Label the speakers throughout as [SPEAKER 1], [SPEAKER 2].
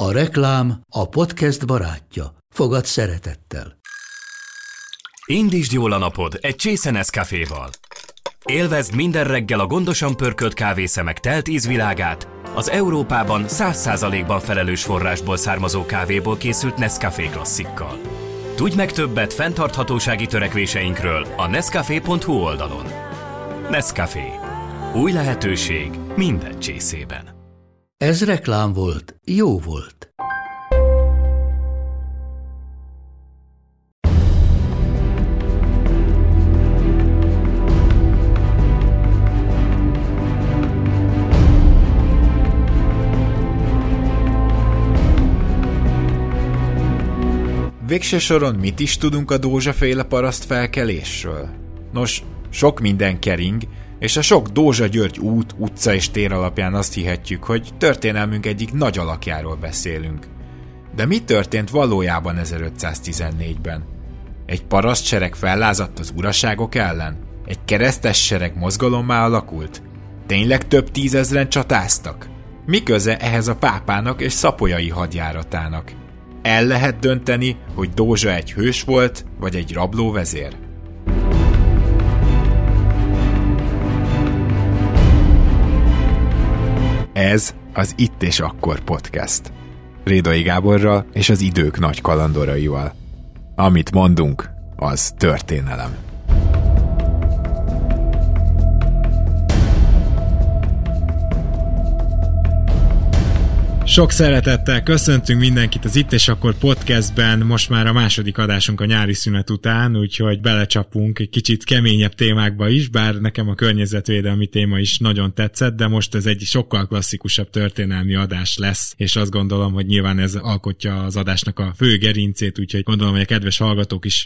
[SPEAKER 1] A reklám a podcast barátja. Fogad szeretettel.
[SPEAKER 2] Indítsd jól a napod egy csésze Nescaféval. Élvezd minden reggel a gondosan pörkölt kávészemek telt ízvilágát, az Európában 100%-ban felelős forrásból származó kávéból készült Nescafé klasszikkal. Tudj meg többet fenntarthatósági törekvéseinkről a nescafé.hu oldalon. Nescafé. Új lehetőség minden csészében.
[SPEAKER 1] Ez reklám volt, jó volt.
[SPEAKER 3] Végső soron mit is tudunk a Dózsa-féle parasztfelkelésről? Nos, sok minden kering, és a sok Dózsa György út, utca és tér alapján azt hihetjük, hogy történelmünk egyik nagy alakjáról beszélünk. De mi történt valójában 1514-ben? Egy parasztsereg fellázadt az uraságok ellen? Egy keresztes sereg mozgalommá alakult? Tényleg több tízezren csatáztak? Mi köze ehhez a pápának és szapolyai hadjáratának? El lehet dönteni, hogy Dózsa egy hős volt, vagy egy rablóvezér? Ez az Itt és Akkor podcast. Rédai Gáborral és az idők nagy kalandoraival. Amit mondunk, az történelem.
[SPEAKER 4] Sok szeretettel köszöntünk mindenkit az Itt és Akkor podcastben, most már a második adásunk a nyári szünet után, úgyhogy belecsapunk egy kicsit keményebb témákba is, bár nekem a környezetvédelmi téma is nagyon tetszett, de most ez egy sokkal klasszikusabb történelmi adás lesz, és azt gondolom, hogy nyilván ez alkotja az adásnak a fő gerincét, úgyhogy gondolom, hogy a kedves hallgatók is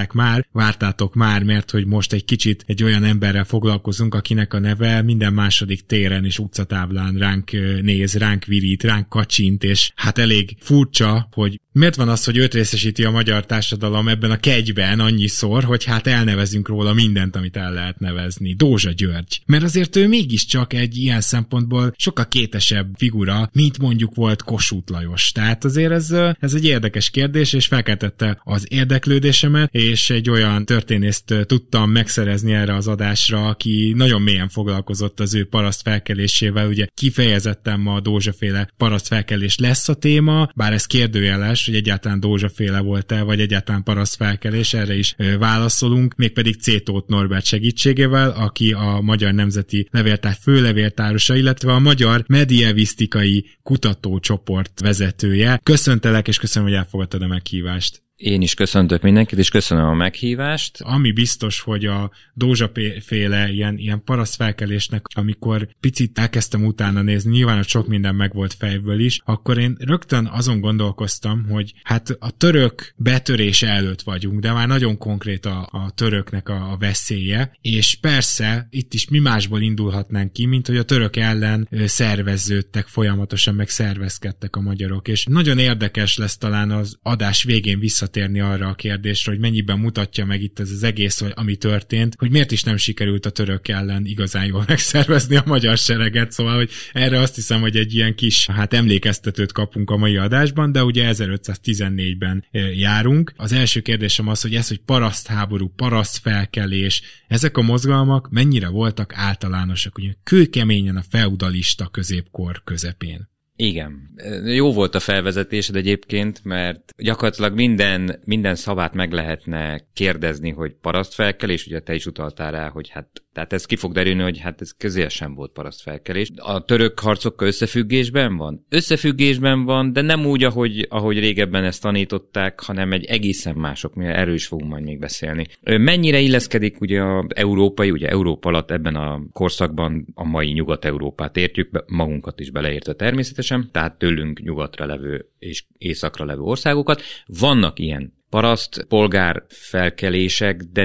[SPEAKER 4] vártátok már, mert hogy most egy kicsit egy olyan emberrel foglalkozunk, akinek a neve minden második téren és utcatáblán ránk néz, ránk virít, ránk kacsint, és hát elég furcsa, hogy miért van az, hogy őt részesíti a magyar társadalom ebben a kegyben annyiszor, hogy hát elnevezünk róla mindent, amit el lehet nevezni. Dózsa György. Mert azért ő mégiscsak egy ilyen szempontból sokkal kétesebb figura, mint mondjuk volt Kossuth Lajos. Tehát azért ez egy érdekes kérdés, és felkeltette az érdeklődésemet, és egy olyan történészt tudtam megszerezni erre az adásra, aki nagyon mélyen foglalkozott az ő parasztfelkelésével. Ugye kifejezetten ma a Dózsa-féle parasztfelkelés lesz a téma, bár ez kérdőjeles, hogy egyáltalán Dózsa-féle volt-e, vagy egyáltalán parasztfelkelés, erre is válaszolunk, mégpedig C. Tóth Norbert segítségével, aki a Magyar Nemzeti Levéltár főlevéltárosa, illetve a Magyar Medievisztikai Kutatócsoport vezetője. Köszöntelek, és köszönöm, hogy elfogadtad a meghívást.
[SPEAKER 5] Én is köszöntök mindenkit, és köszönöm a meghívást.
[SPEAKER 4] Ami biztos, hogy a Dózsa-féle ilyen parasztfelkelésnek, amikor picit elkezdtem utána nézni, nyilván hogy sok minden megvolt fejből is, akkor én rögtön azon gondolkoztam, hogy hát a török betörése előtt vagyunk, de már nagyon konkrét a töröknek a veszélye, és persze itt is mi másból indulhatnánk ki, mint hogy a török ellen szerveződtek folyamatosan, meg szervezkedtek a magyarok, és nagyon érdekes lesz talán az adás végén visszatérni arra a kérdésre, hogy mennyiben mutatja meg itt ez az egész, ami történt, hogy miért is nem sikerült a török ellen igazán jól megszervezni a magyar sereget, szóval hogy erre azt hiszem, hogy egy ilyen kis emlékeztetőt kapunk a mai adásban, de ugye 1514-ben járunk. Az első kérdésem az, hogy parasztháború, parasztfelkelés, ezek a mozgalmak mennyire voltak általánosak, ugye kőkeményen a feudalista középkor közepén.
[SPEAKER 5] Igen. Jó volt a felvezetésed egyébként, mert gyakorlatilag minden szavát meg lehetne kérdezni, hogy parasztfelkelés, ugye te is utaltál rá, hogy tehát ez ki fog derülni, hogy ez közel sem volt parasztfelkelés. A török harcokkal összefüggésben van? Összefüggésben van, de nem úgy, ahogy régebben ezt tanították, hanem egy egészen mások, mivel erről is fogunk majd még beszélni. Mennyire illeszkedik ugye az európai, ugye Európa alatt ebben a korszakban a mai Nyugat-Európát értjük, magunkat is beleértve természetesen, tehát tőlünk nyugatra levő és északra levő országokat. Vannak ilyen paraszt polgárfelkelések, de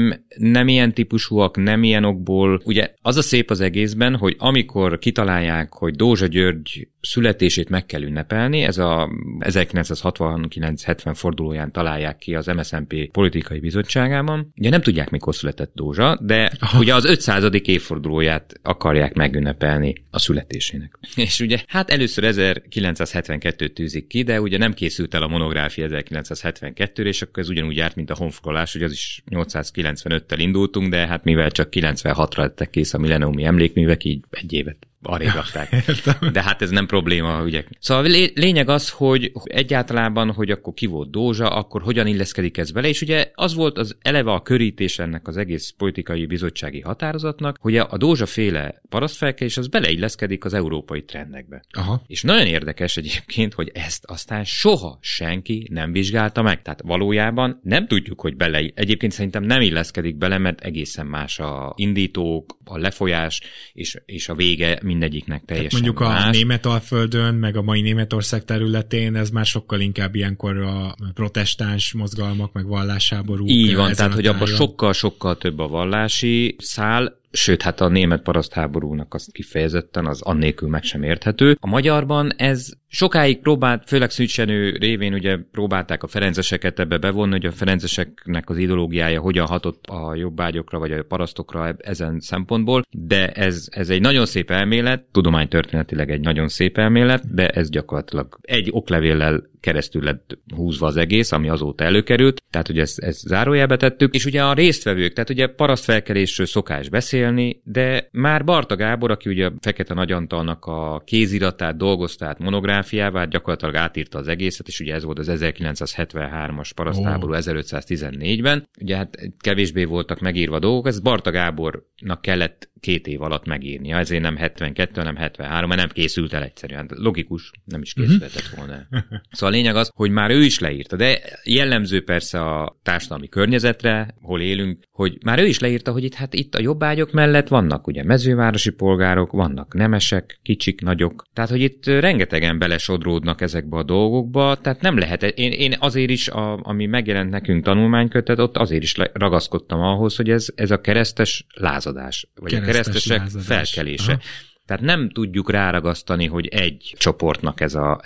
[SPEAKER 5] nem ilyen típusúak, nem ilyen okból. Ugye az a szép az egészben, hogy amikor kitalálják, hogy Dózsa György születését meg kell ünnepelni, ez a 1969-70 fordulóján találják ki az MSZNP politikai bizottságában. Ugye nem tudják, mikor született Dózsa, de ugye az 500. évfordulóját akarják megünnepelni a születésének. És ugye, hát először 1972-t tűzik ki, de ugye nem készült el a monográfia 1972-re, és akkor ez ugyanúgy járt, mint a honfoglalás, hogy az is 895-tel indultunk, de hát mivel csak 96-ra lettek kész a milleniumi emlékművek, így egy évet arrébb rakták. De hát ez nem probléma, ugye. Szóval lényeg az, hogy egyáltalában, hogy akkor ki volt Dózsa, akkor hogyan illeszkedik ez bele, és ugye az volt az eleve a körítés ennek az egész politikai bizottsági határozatnak, hogy a Dózsa-féle parasztfelkelés az beleilleszkedik az európai trendekbe. Aha. És nagyon érdekes egyébként, hogy ezt aztán soha senki nem vizsgálta meg. Tehát valójában nem tudjuk, hogy egyébként szerintem nem illeszkedik bele, mert egészen más a indítók, a lefolyás és a vége mindegyiknek teljesen
[SPEAKER 4] mondjuk
[SPEAKER 5] más.
[SPEAKER 4] A Németalföldön, meg a mai Németország területén ez már sokkal inkább ilyenkor a protestáns mozgalmak, meg vallásháború.
[SPEAKER 5] Így van, tehát hogy abban sokkal-sokkal több a vallási szál, sőt, hát a német parasztháborúnak azt kifejezetten, az annélkül meg sem érthető. A magyarban ez sokáig próbált, főleg Szűcs-Jenő révén ugye próbálták a ferenceseket ebbe bevonni, hogy a ferenceseknek az ideológiája hogyan hatott a jobbágyokra vagy a parasztokra ezen szempontból, de ez egy nagyon szép elmélet, tudománytörténetileg egy nagyon szép elmélet, de ez gyakorlatilag egy oklevéllel keresztül lett húzva az egész, ami azóta előkerült, tehát ugye ezt zárójelbe tettük, és ugye a résztvevők, tehát ugye parasztfelkelésről szokás beszélni, de már Barta Gábor, aki ugye a Fekete Nagy Antalnak a kéziratát dolgozta át monográfiává, gyakorlatilag átírta az egészet, és ugye ez volt az 1973-as parasztháború 1514-ben, ugye hát kevésbé voltak megírva dolgok, ez Barta Gábornak kellett 2 év alatt megírnia, ezért nem 72, hanem 73, mert nem készült el egyszerűen. Logikus, nem is készülhetett volna. Szóval a lényeg az, hogy már ő is leírta, de jellemző persze a társadalmi környezetre, hol élünk, hogy már ő is leírta, hogy itt a jobbágyok mellett vannak ugye mezővárosi polgárok, vannak nemesek, kicsik, nagyok. Tehát, hogy itt rengetegen belesodródnak ezekbe a dolgokba, tehát nem lehet. Én azért is, ami megjelent nekünk tanulmánykötet, ott azért is ragaszkodtam ahhoz, hogy ez a keresztes lázadás, vagy a keresztesek felkelése. Aha. Tehát nem tudjuk ráragasztani, hogy egy csoportnak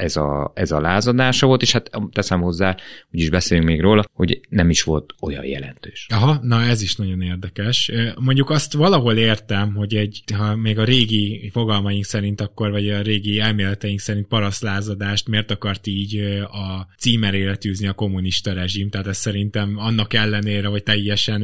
[SPEAKER 5] ez a lázadása volt, és hát teszem hozzá, úgyis beszélünk még róla, hogy nem is volt olyan jelentős.
[SPEAKER 4] Aha, na ez is nagyon érdekes. Mondjuk azt valahol értem, hogy ha még a régi fogalmaink szerint akkor, vagy a régi elméleteink szerint parasztlázadást miért akart így a címerére tűzni a kommunista rezsim, tehát ez szerintem annak ellenére, hogy teljesen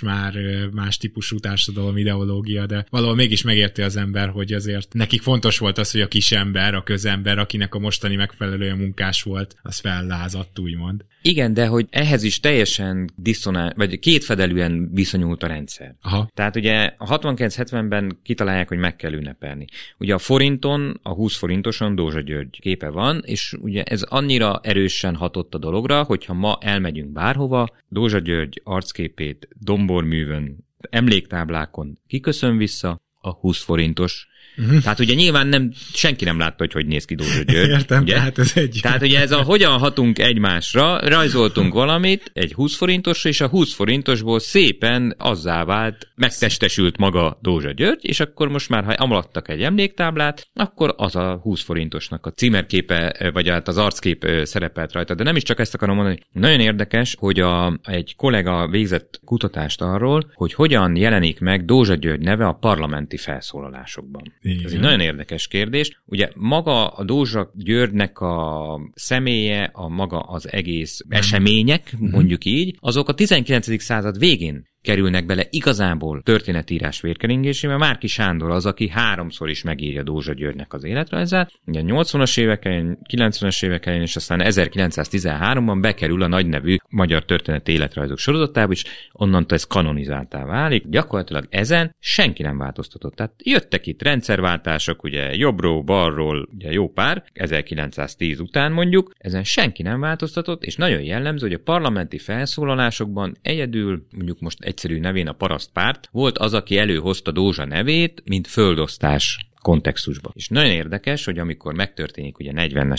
[SPEAKER 4] más típusú társadalom ideológia, de valahol mégis megérti az ember, hogy azért nekik fontos volt az, hogy a kisember, a közember, akinek a mostani megfelelője munkás volt, az fellázadt, úgymond.
[SPEAKER 5] Igen, de hogy ehhez is teljesen vagy kétfedelűen viszonyult a rendszer. Aha. Tehát ugye a 69-70-ben kitalálják, hogy meg kell ünnepelni. Ugye a forinton, a 20 forintoson Dózsa György képe van, és ugye ez annyira erősen hatott a dologra, hogyha ma elmegyünk bárhova, Dózsa György arcképét domborművön, emléktáblákon kiköszön vissza a 20 forintos. Tehát ugye nyilván senki nem látta, hogy néz ki Dózsa György.
[SPEAKER 4] Értem,
[SPEAKER 5] ugye? Tehát ugye ez hogyan hatunk egymásra, rajzoltunk valamit, egy 20 forintosra, és a 20 forintosból szépen azzá vált, megtestesült maga Dózsa György, és akkor most már, ha amalattak egy emléktáblát, akkor az a 20 forintosnak a címerképe, vagy hát az arckép szerepelt rajta. De nem is csak ezt akarom mondani. Nagyon érdekes, hogy egy kollega végzett kutatást arról, hogy hogyan jelenik meg Dózsa György neve a parlamenti felszólalásokban. Igen. Ez egy nagyon érdekes kérdés. Ugye maga a Dózsa Györgynek a személye, maga az egész események, mondjuk így, azok a 19. század végén kerülnek bele igazából történetírás vérkeringésébe. Márki Sándor az, aki 3-szor is megírja Dózsa Györgynek az életrajzát. Ugye 80-as évek elején, 90-es évek elején, és aztán 1913-ban bekerül a nagynevű magyar történeti életrajzok sorozatába, és onnantól ez kanonizáltá válik. Gyakorlatilag ezen senki nem változtatott. Tehát jöttek itt rendszerváltások, ugye jobbról, balról, ugye jó pár, 1910 után mondjuk, ezen senki nem változtatott, és nagyon jellemző, hogy a parlamenti felszólalásokban egyedül, mondjuk most egyszerű nevén a Parasztpárt, volt az, aki előhozta Dózsa nevét, mint földosztás kontextusba. És nagyon érdekes, hogy amikor megtörténik ugye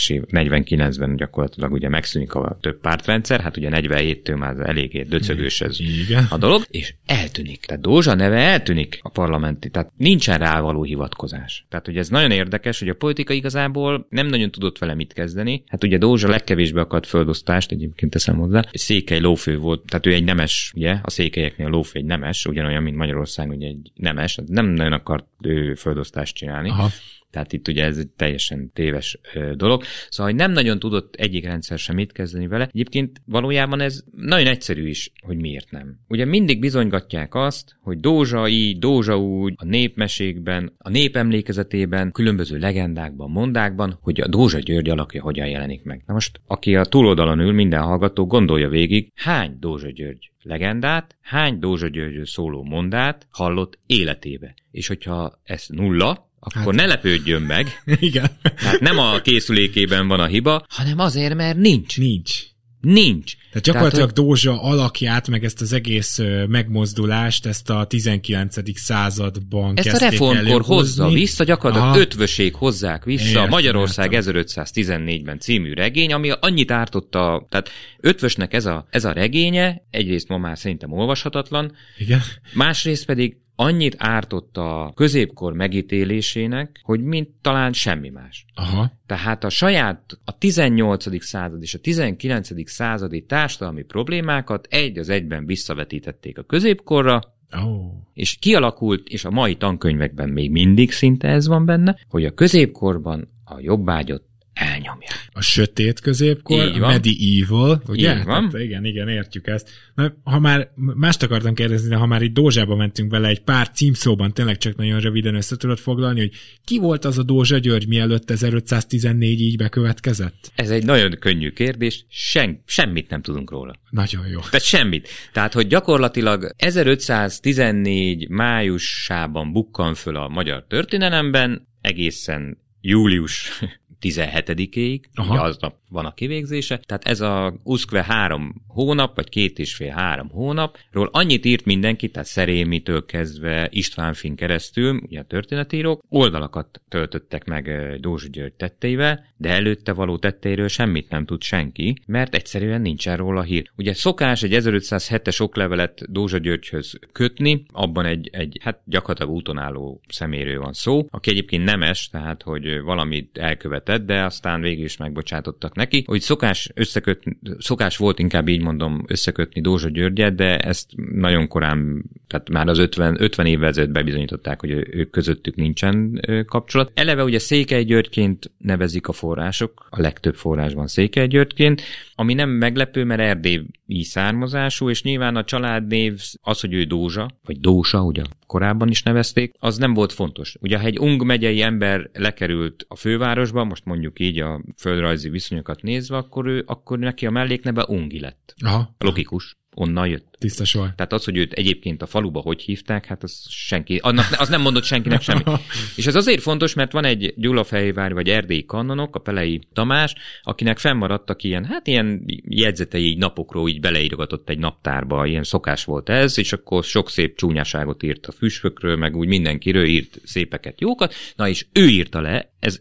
[SPEAKER 5] 49-ben gyakorlatilag ugye megszűnik a több pártrendszer, hát ugye 47-től már eléggé döcögős ez a dolog, és eltűnik. Tehát Dózsa neve eltűnik a parlamenti, tehát nincsen rá való hivatkozás. Tehát ugye ez nagyon érdekes, hogy a politika igazából nem nagyon tudott vele mit kezdeni. Hát ugye Dózsa legkevésbé akart földosztást, egyébként teszem hozzá. Székely lófő volt, tehát ő egy nemes, ugye, a székelyeknél a lófő egy nemes, ugyanolyan, mint Magyarország, ugye egy nemes, nem nagyon akart ő földosztást csinálni. Aha. Tehát itt ugye ez egy teljesen téves dolog. Szóval, hogy nem nagyon tudott egyik rendszer sem mit kezdeni vele. Egyébként valójában ez nagyon egyszerű is, hogy miért nem. Ugye mindig bizonygatják azt, hogy Dózsa így, Dózsa úgy, a népmesékben, a népemlékezetében, különböző legendákban, mondákban, hogy a Dózsa György alakja hogyan jelenik meg. Na most, aki a túloldalon ül, minden hallgató gondolja végig, hány Dózsa György legendát, hány Dózsa Györgyről szóló mondát hallott életébe. És hogyha ez nulla, akkor ne lepődjön meg.
[SPEAKER 4] Igen.
[SPEAKER 5] Hát nem a készülékében van a hiba, hanem azért, mert nincs. Tehát
[SPEAKER 4] gyakorlatilag Dózsa alakját, meg ezt az egész megmozdulást, ezt a 19. században
[SPEAKER 5] ezt a reformkor hozza vissza, gyakorlatilag ötvöség hozzák vissza, Magyarország 1514-ben című regény, ami annyit ártotta, tehát ötvösnek ez a regénye, egyrészt ma már szerintem olvashatatlan, igen. Másrészt pedig annyit ártott a középkor megítélésének, hogy mint talán semmi más. Aha. Tehát a 18. század és a 19. századi társadalmi problémákat egy az egyben visszavetítették a középkorra, és kialakult, és a mai tankönyvekben még mindig szinte ez van benne, hogy a középkorban a jobbágyot elnyomják.
[SPEAKER 4] A sötét középkor, a medieval, ugye?
[SPEAKER 5] Így van.
[SPEAKER 4] Hát igen, értjük ezt. Ha már mást akartam kérdezni, de ha már itt Dózsába mentünk vele, egy pár címszóban tényleg csak nagyon röviden össze tudod foglalni, hogy ki volt az a Dózsa György, mielőtt 1514 így bekövetkezett?
[SPEAKER 5] Ez egy nagyon könnyű kérdés, semmit nem tudunk róla.
[SPEAKER 4] Nagyon jó.
[SPEAKER 5] Tehát semmit. Tehát, hogy gyakorlatilag 1514 májusában bukkan föl a magyar történelemben, egészen július 17-ig, aznap van a kivégzése, tehát ez a uszkve 3 hónap, vagy 2,5-3 hónapról annyit írt mindenki, tehát Szerémitől kezdve Istvánfin keresztül, ugye a történetírók, oldalakat töltöttek meg Dózsa György tetteivel, de előtte való tetteiről semmit nem tud senki, mert egyszerűen nincsen róla hír. Ugye szokás egy 1507-es oklevelet Dózsa Györgyhöz kötni, abban egy hát gyakorlatilag úton álló szeméről van szó, aki egyébként nemes, tehát hogy valamit elkövetett, de aztán végül is megbocsátottak neki, hogy szokás volt, inkább így mondom, összekötni Dózsa Györgyet, de ezt nagyon korán, tehát már az 50 évvel ezelőtt bebizonyították, hogy ők közöttük nincsen kapcsolat. Eleve ugye Székely Györgyként nevezik a források, a legtöbb forrásban Székely Györgyként, ami nem meglepő, mert erdélyi származású, és nyilván a családnév az, hogy ő Dózsa, vagy Dósa, ugye korábban is nevezték, az nem volt fontos. Ugye, ha egy Ung megyei ember lekerült a fővárosba, most mondjuk így a földrajzi viszonyokat nézve, akkor neki a mellékneve Ungi lett. Aha. Logikus. Onnan jött.
[SPEAKER 4] Tiszta sor.
[SPEAKER 5] Tehát az, hogy őt egyébként a faluba hogy hívták, hát az nem mondott senkinek semmit. És ez azért fontos, mert van egy Gyulafehérvári vagy erdélyi kannonok, a Pelei Tamás, akinek fennmaradtak ilyen jegyzetei így napokról így beleírogatott egy naptárba, ilyen szokás volt ez, és akkor sok szép csúnyáságot írt a füspökről, meg úgy mindenkiről írt szépeket, jókat. Na és ő írta le, ez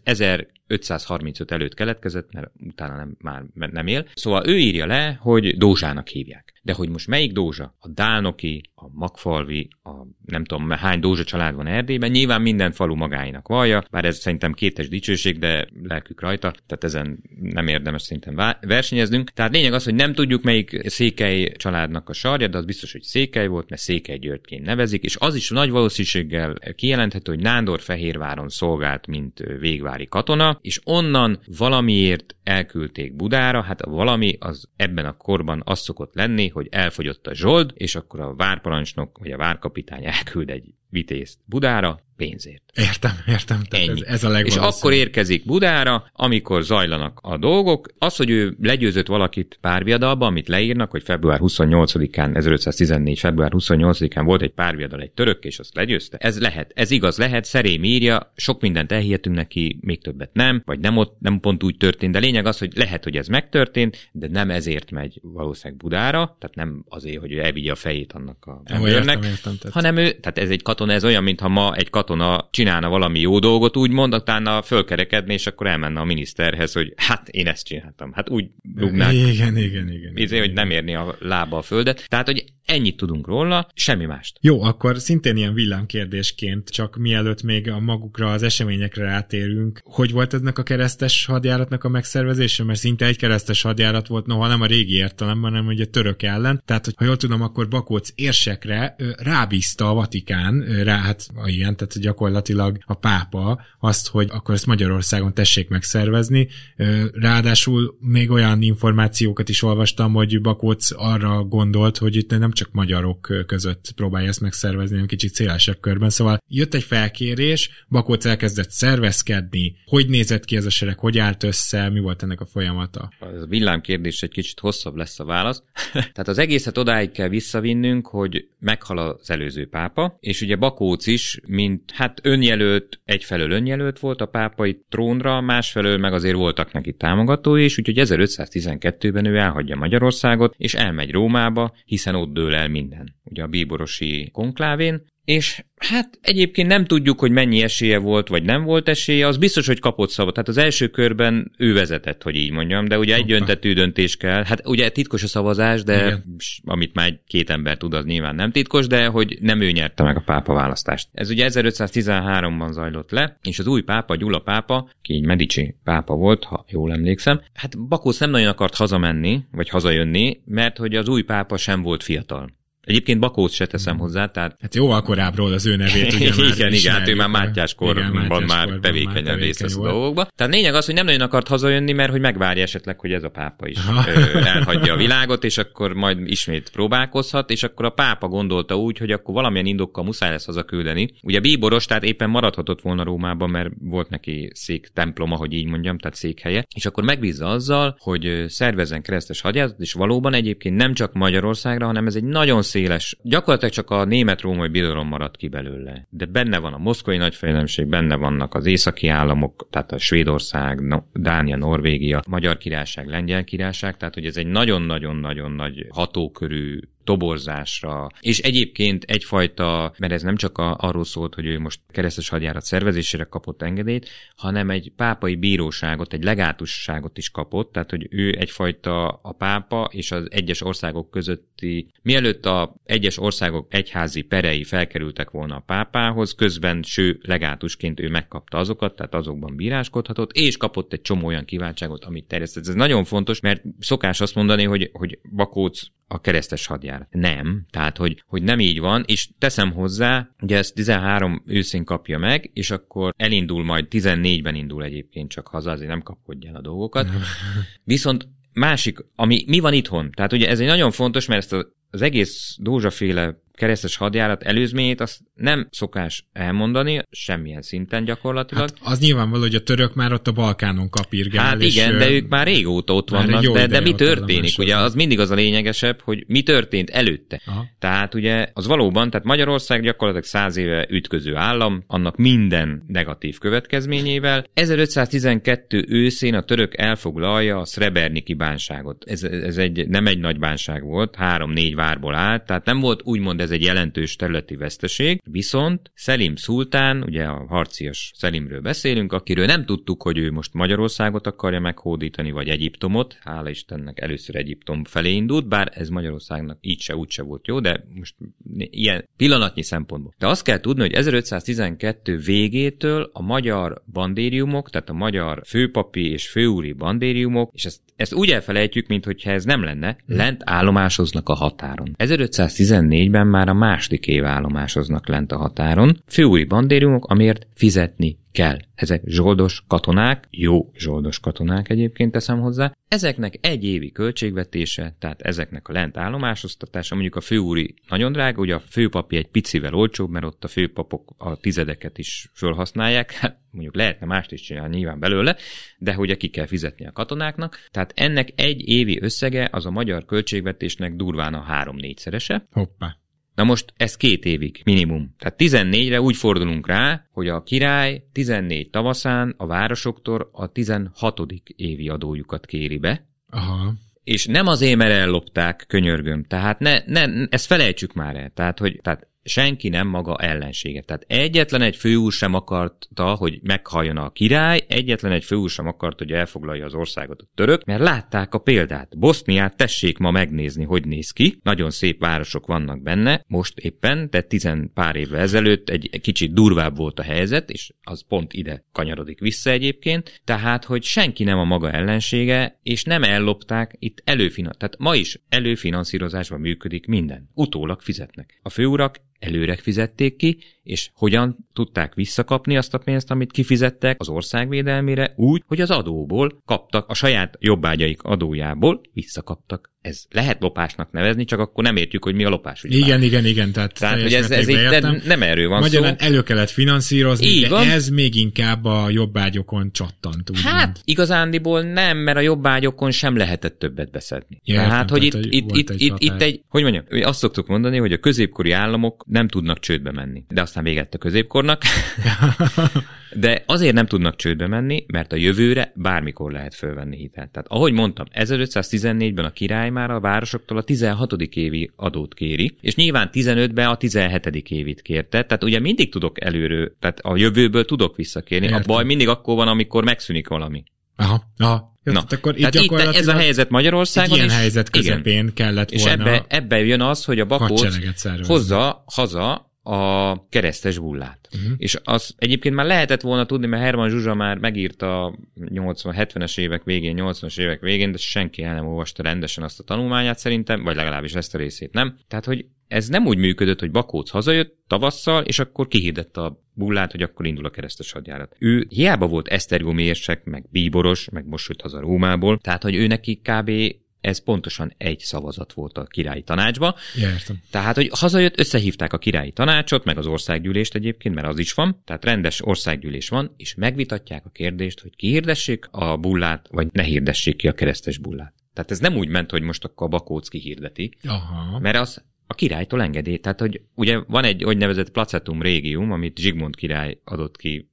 [SPEAKER 5] 1535 előtt keletkezett, mert utána már nem él. Szóval ő írja le, hogy Dózsának hívják. De hogy most melyik Dózsa? A Dálnoki, a Magfalvi, a nem tudom hány Dózsa család van Erdélyben, nyilván minden falu magáinak vallja, bár ez szerintem kétes dicsőség, de lelkük rajta, tehát ezen nem érdemes szerintem versenyeznünk. Tehát lényeg az, hogy nem tudjuk melyik Székely családnak a sarja, de az biztos, hogy Székely volt, mert Székely Györgyként nevezik, és az is nagy valószínűséggel kijelenthető, hogy Nándorfehérváron szolgált, mint végvári katona, és onnan valamiért elküldték Budára, hát a valami az ebben a korban az szokott lenni, hogy elfogyott a zsold, és akkor a várparancsnok vagy a várkapitány elküld egy vitézt Budára pénzért.
[SPEAKER 4] Értem. Ez a legvalószínűbb. És
[SPEAKER 5] akkor érkezik Budára, amikor zajlanak a dolgok. Az, hogy ő legyőzött valakit párviadalba, amit leírnak, hogy február 28-án, 1514. február 28-án volt egy párviadal egy török, és azt legyőzte. Ez lehet, ez igaz lehet, Szerém írja, sok mindent elhihetünk neki, még többet nem, vagy nem pont úgy történt, de lényeg az, hogy lehet, hogy ez megtörtént, de nem ezért megy valószínűleg Budára, tehát nem azért, hogy ő elvigye a fejét annak a embernek, hanem ő, tehát ez egy katona, ez olyan, mintha ma egy katona katona csinálna valami jó dolgot, úgymond, utána fölkerekedni, és akkor elmenne a miniszterhez, hogy hát én ezt csináltam. Hát úgy rúgnák. Igen. Hogy nem érni a lába a földet. Tehát, hogy ennyit tudunk róla, semmi mást.
[SPEAKER 4] Jó, akkor szintén ilyen villámkérdésként, csak mielőtt még a magukra, az eseményekre rátérünk, hogy volt ennek a keresztes hadjáratnak a megszervezése? Mert szinte egy keresztes hadjárat volt, noha nem a régi értelemben, hanem ugye török ellen. Tehát, hogy ha jól tudom, akkor Bakóc érsekre rábízta a Vatikán, igen, tehát gyakorlatilag a pápa azt, hogy akkor ezt Magyarországon tessék megszervezni. Ráadásul még olyan információkat is olvastam, hogy Bakóc arra gondolt, hogy itt nem csak magyarok között próbálja ezt megszervezni, hanem kicsit szélesebb körben. Szóval jött egy felkérés, Bakóc elkezdett szervezkedni. Hogy nézett ki ez a sereg, hogy állt össze, mi volt ennek a folyamata?
[SPEAKER 5] Ez a villámkérdés egy kicsit hosszabb lesz a válasz. Tehát az egészet odáig kell visszavinnünk, hogy meghal az előző pápa, és ugye Bakóc is, mint önjelölt, egyfelől önjelölt volt a pápai trónra, másfelől meg azért voltak neki támogatói, és úgyhogy 1512-ben ő elhagyja Magyarországot, és elmegy Rómába, hiszen ott dől el minden. Ugye a bíborosi konklávén, és egyébként nem tudjuk, hogy mennyi esélye volt, vagy nem volt esélye, az biztos, hogy kapott szavot. Tehát az első körben ő vezetett, hogy így mondjam, de ugye egyöntetű döntés kell. Ugye titkos a szavazás, de igen, amit már két ember tud, az nyilván nem titkos, de hogy nem ő nyerte meg a pápa választást. Ez ugye 1513-ban zajlott le, és az új pápa, Gyula pápa, ki így Medici pápa volt, ha jól emlékszem, Bakóc nem nagyon akart hazamenni, vagy hazajönni, mert hogy az új pápa sem volt fiatal. Egyébként Bakóc se teszem hozzá, tehát...
[SPEAKER 4] jóval korábbról az ő nevét ugye már
[SPEAKER 5] igen, ő már Mátyás korban már tevékenyen részt vesz a dolgokba. Tehát lényeg az, hogy nem nagyon akart hazajönni, mert hogy megvárja esetleg, hogy ez a pápa is elhagyja a világot, és akkor majd ismét próbálkozhat, és akkor a pápa gondolta úgy, hogy akkor valamilyen indokkal muszáj lesz hazaküldeni. Ugye bíboros, tehát éppen maradhatott volna Rómában, mert volt neki temploma, hogy így mondjam, tehát székhelye, és akkor megbízza azzal, hogy szervezzen keresztes hadjáratot, és valóban egyébként nem csak Magyarországra, hanem ez egy nagyon széles. Gyakorlatilag csak a német-római birodalom maradt ki belőle. De benne van a moszkvai nagyfejedelmség, benne vannak az északi államok, tehát a Svédország, Dánia, Norvégia, Magyar Királyság, Lengyel Királyság, tehát hogy ez egy nagyon-nagyon-nagyon nagy hatókörű toborzásra, és egyébként egyfajta, mert ez nem csak arról szólt, hogy ő most keresztes hadjárat szervezésére kapott engedélyt, hanem egy pápai bíróságot, egy legátusságot is kapott, tehát hogy ő egyfajta a pápa és az egyes országok közötti, mielőtt a egyes országok egyházi perei felkerültek volna a pápához, közben legátusként ő megkapta azokat, tehát azokban bíráskodhatott, és kapott egy csomó olyan kiváltságot, amit terjesztett. Ez nagyon fontos, mert szokás azt mondani, hogy Bakóc a keresztes hadjárat. Nem. Tehát, hogy nem így van, és teszem hozzá, ugye ezt 13 őszén kapja meg, és akkor elindul majd 14-ben indul egyébként csak haza, azért nem kapkodja el a dolgokat. Viszont másik, mi van itthon? Tehát ugye ez egy nagyon fontos, mert ezt az egész Dózsa-féle keresztes hadjárat előzményét azt nem szokás elmondani, semmilyen szinten gyakorlatilag.
[SPEAKER 4] Az nyilvánvaló, hogy a török már ott a Balkánon kapirgál.
[SPEAKER 5] Igen, de ők már régóta ott vannak, de mi történik? Ugye az mindig az a lényegesebb, hogy mi történt előtte. Aha. Tehát ugye az valóban, tehát Magyarország gyakorlatilag 100 éve ütköző állam, annak minden negatív következményével. 1512 őszén a török elfoglalja a Sreberniki bánságot. Ez nem egy nagy bánság volt, 3-4 várból állt, tehát nem volt úgymond ez egy jelentős területi veszteség, viszont Szelim szultán, ugye a harcias Szelimről beszélünk, akiről nem tudtuk, hogy ő most Magyarországot akarja meghódítani, vagy Egyiptomot, hála Istennek először Egyiptom felé indult, bár ez Magyarországnak így se úgy se volt jó, de most ilyen pillanatnyi szempontból. De azt kell tudni, hogy 1512 végétől a magyar bandériumok, tehát a magyar főpapi és főúri bandériumok, és ezt úgy elfelejtjük, minthogyha ez nem lenne, lent állomásoznak a határon. 1514-ben már a második év állomásoznak lent a határon. Főúri bandériumok, amiért fizetni kell. Ezek zsoldos katonák, jó zsoldos katonák egyébként teszem hozzá. Ezeknek egy évi költségvetése, tehát ezeknek a lent állomásoztatása, mondjuk a főúri nagyon drága, ugye a főpapi egy picivel olcsóbb, mert ott a főpapok a tizedeket is fölhasználják, hát mondjuk lehetne mást is csinálni nyilván belőle, de ugye ki kell fizetni a katonáknak. Tehát ennek egy évi összege az a magyar költségvetésnek durván a 3-4-szerese.
[SPEAKER 4] Hoppá.
[SPEAKER 5] Na most ez 2 évig minimum. Tehát 14-re úgy fordulunk rá, hogy a király 14 tavaszán a városoktól a 16. évi adójukat kéri be.
[SPEAKER 4] Aha.
[SPEAKER 5] És nem azért, mert ellopták, könyörgöm. Tehát ezt felejtsük már el. Tehát senki nem maga ellensége. Tehát egyetlen egy főúr sem akarta, hogy meghalljon a király, egyetlen egy főúr sem akart, hogy elfoglalja az országot a török, mert látták a példát. Boszniát tessék ma megnézni, hogy néz ki. Nagyon szép városok vannak benne, most éppen, de 10 pár évvel ezelőtt egy kicsit durvább volt a helyzet, és az pont ide kanyarodik vissza egyébként. Tehát, hogy senki nem a maga ellensége, és nem ellopták itt tehát ma is előfinanszírozásban működik minden. Utólag fizetnek. A főurak előre fizették ki, és hogyan tudták visszakapni azt a pénzt, amit kifizettek az ország védelmére, úgy, hogy az adóból kaptak, a saját jobbágyaik adójából visszakaptak. Ez lehet lopásnak nevezni, csak akkor nem értjük, hogy mi a lopás.
[SPEAKER 4] Igen. Tehát
[SPEAKER 5] hogy ez nem erről van
[SPEAKER 4] magyarán szó. Elő kellett finanszírozni,
[SPEAKER 5] így
[SPEAKER 4] de
[SPEAKER 5] van.
[SPEAKER 4] Ez még inkább a jobbágyokon csattant.
[SPEAKER 5] Hát igazándiból nem, mert a jobbágyokon sem lehetett többet beszedni. Tehát, hogy azt szoktuk mondani, hogy a középkori államok nem tudnak csődbe menni. De aztán véget a középkornak. De azért nem tudnak csődbe menni, mert a jövőre bármikor lehet fölvenni hitelt. Tehát ahogy mondtam, 1514-ben a király már a városoktól a 16. évi adót kéri, és nyilván 15-ben a 17. évit kérte, tehát ugye mindig tudok előről, tehát a jövőből tudok visszakérni. A baj mindig akkor van, amikor megszűnik valami.
[SPEAKER 4] Aha.
[SPEAKER 5] Na, akkor itt ez a helyzet Magyarországon
[SPEAKER 4] ilyen helyzet közepén igen. kellett volna.
[SPEAKER 5] És ebbe jön az, hogy a Bakóc hozza haza a keresztes bullát. És az egyébként már lehetett volna tudni, mert Hermann Zsuzsa már megírta 70-es évek végén, 80-as évek végén, de senki el nem olvasta rendesen azt a tanulmányát szerintem, vagy legalábbis ezt a részét nem. Tehát, hogy ez nem úgy működött, hogy Bakóc hazajött tavasszal, és akkor kihirdette a bullát, hogy akkor indul a keresztes hadjárat. Ő hiába volt esztergomi érsek, meg bíboros, meg most jött haza Rómából, tehát, hogy ő neki kb. Ez pontosan egy szavazat volt a királyi tanácsba.
[SPEAKER 4] Értem.
[SPEAKER 5] Tehát, hogy hazajött, összehívták a királyi tanácsot, meg az országgyűlést egyébként, mert az is van, tehát rendes országgyűlés van, és megvitatják a kérdést, hogy kihirdessék a bullát, vagy ne hirdessék ki a keresztes bullát. Tehát ez nem úgy ment, hogy most akkor a Bakóc kihirdeti, mert az a királytól engedély. Tehát, hogy ugye van egy úgynevezett placetum regium, amit Zsigmond király adott ki,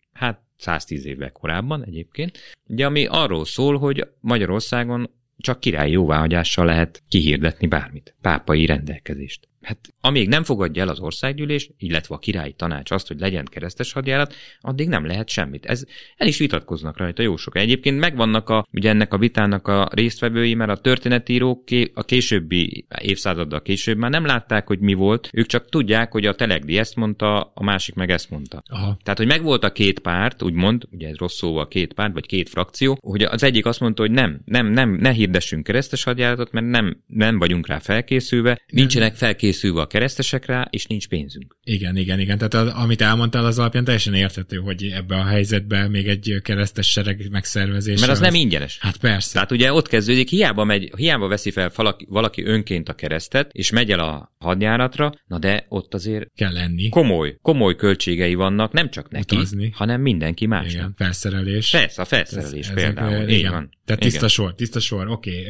[SPEAKER 5] 110 évvel korábban egyébként, ugye, ami arról szól, hogy Magyarországon csak királyi jóváhagyással lehet kihirdetni bármit, pápai rendelkezést. Hát amíg nem fogadja el az országgyűlés, illetve a királyi tanács azt, hogy legyen keresztes hadjárat, addig nem lehet semmit. El is vitatkoznak rajta jó sokan. Egyébként megvannak ugye ennek a vitának a résztvevői, mert a történetírók a későbbi évszázaddal később már nem látták, hogy mi volt, ők csak tudják, hogy a Telegdi ezt mondta, a másik meg ezt mondta. Aha. Tehát, hogy megvolt a két párt, úgymond, ugye ez rossz szóval két párt, vagy két frakció, hogy az egyik azt mondta, hogy ne hirdessünk keresztes hadjáratot, mert nem vagyunk rá felkészülve, nincsenek felkészülve a keresztesekre, és nincs pénzünk.
[SPEAKER 4] Igen. Tehát amit elmondtál, az alapján teljesen érthető, hogy ebbe a helyzetbe még egy keresztes sereg megszervezése.
[SPEAKER 5] Mert az nem ingyenes.
[SPEAKER 4] Hát persze.
[SPEAKER 5] Tehát ugye ott kezdődik, hiába veszi fel valaki önként a keresztet, és megy el a hadjáratra, na de ott azért
[SPEAKER 4] kell lenni.
[SPEAKER 5] Komoly költségei vannak, nem csak neki, hanem mindenki másnak. Igen,
[SPEAKER 4] felszerelés.
[SPEAKER 5] Persze, a felszerelés például. Igen.
[SPEAKER 4] Van. Tehát tiszta sor, oké.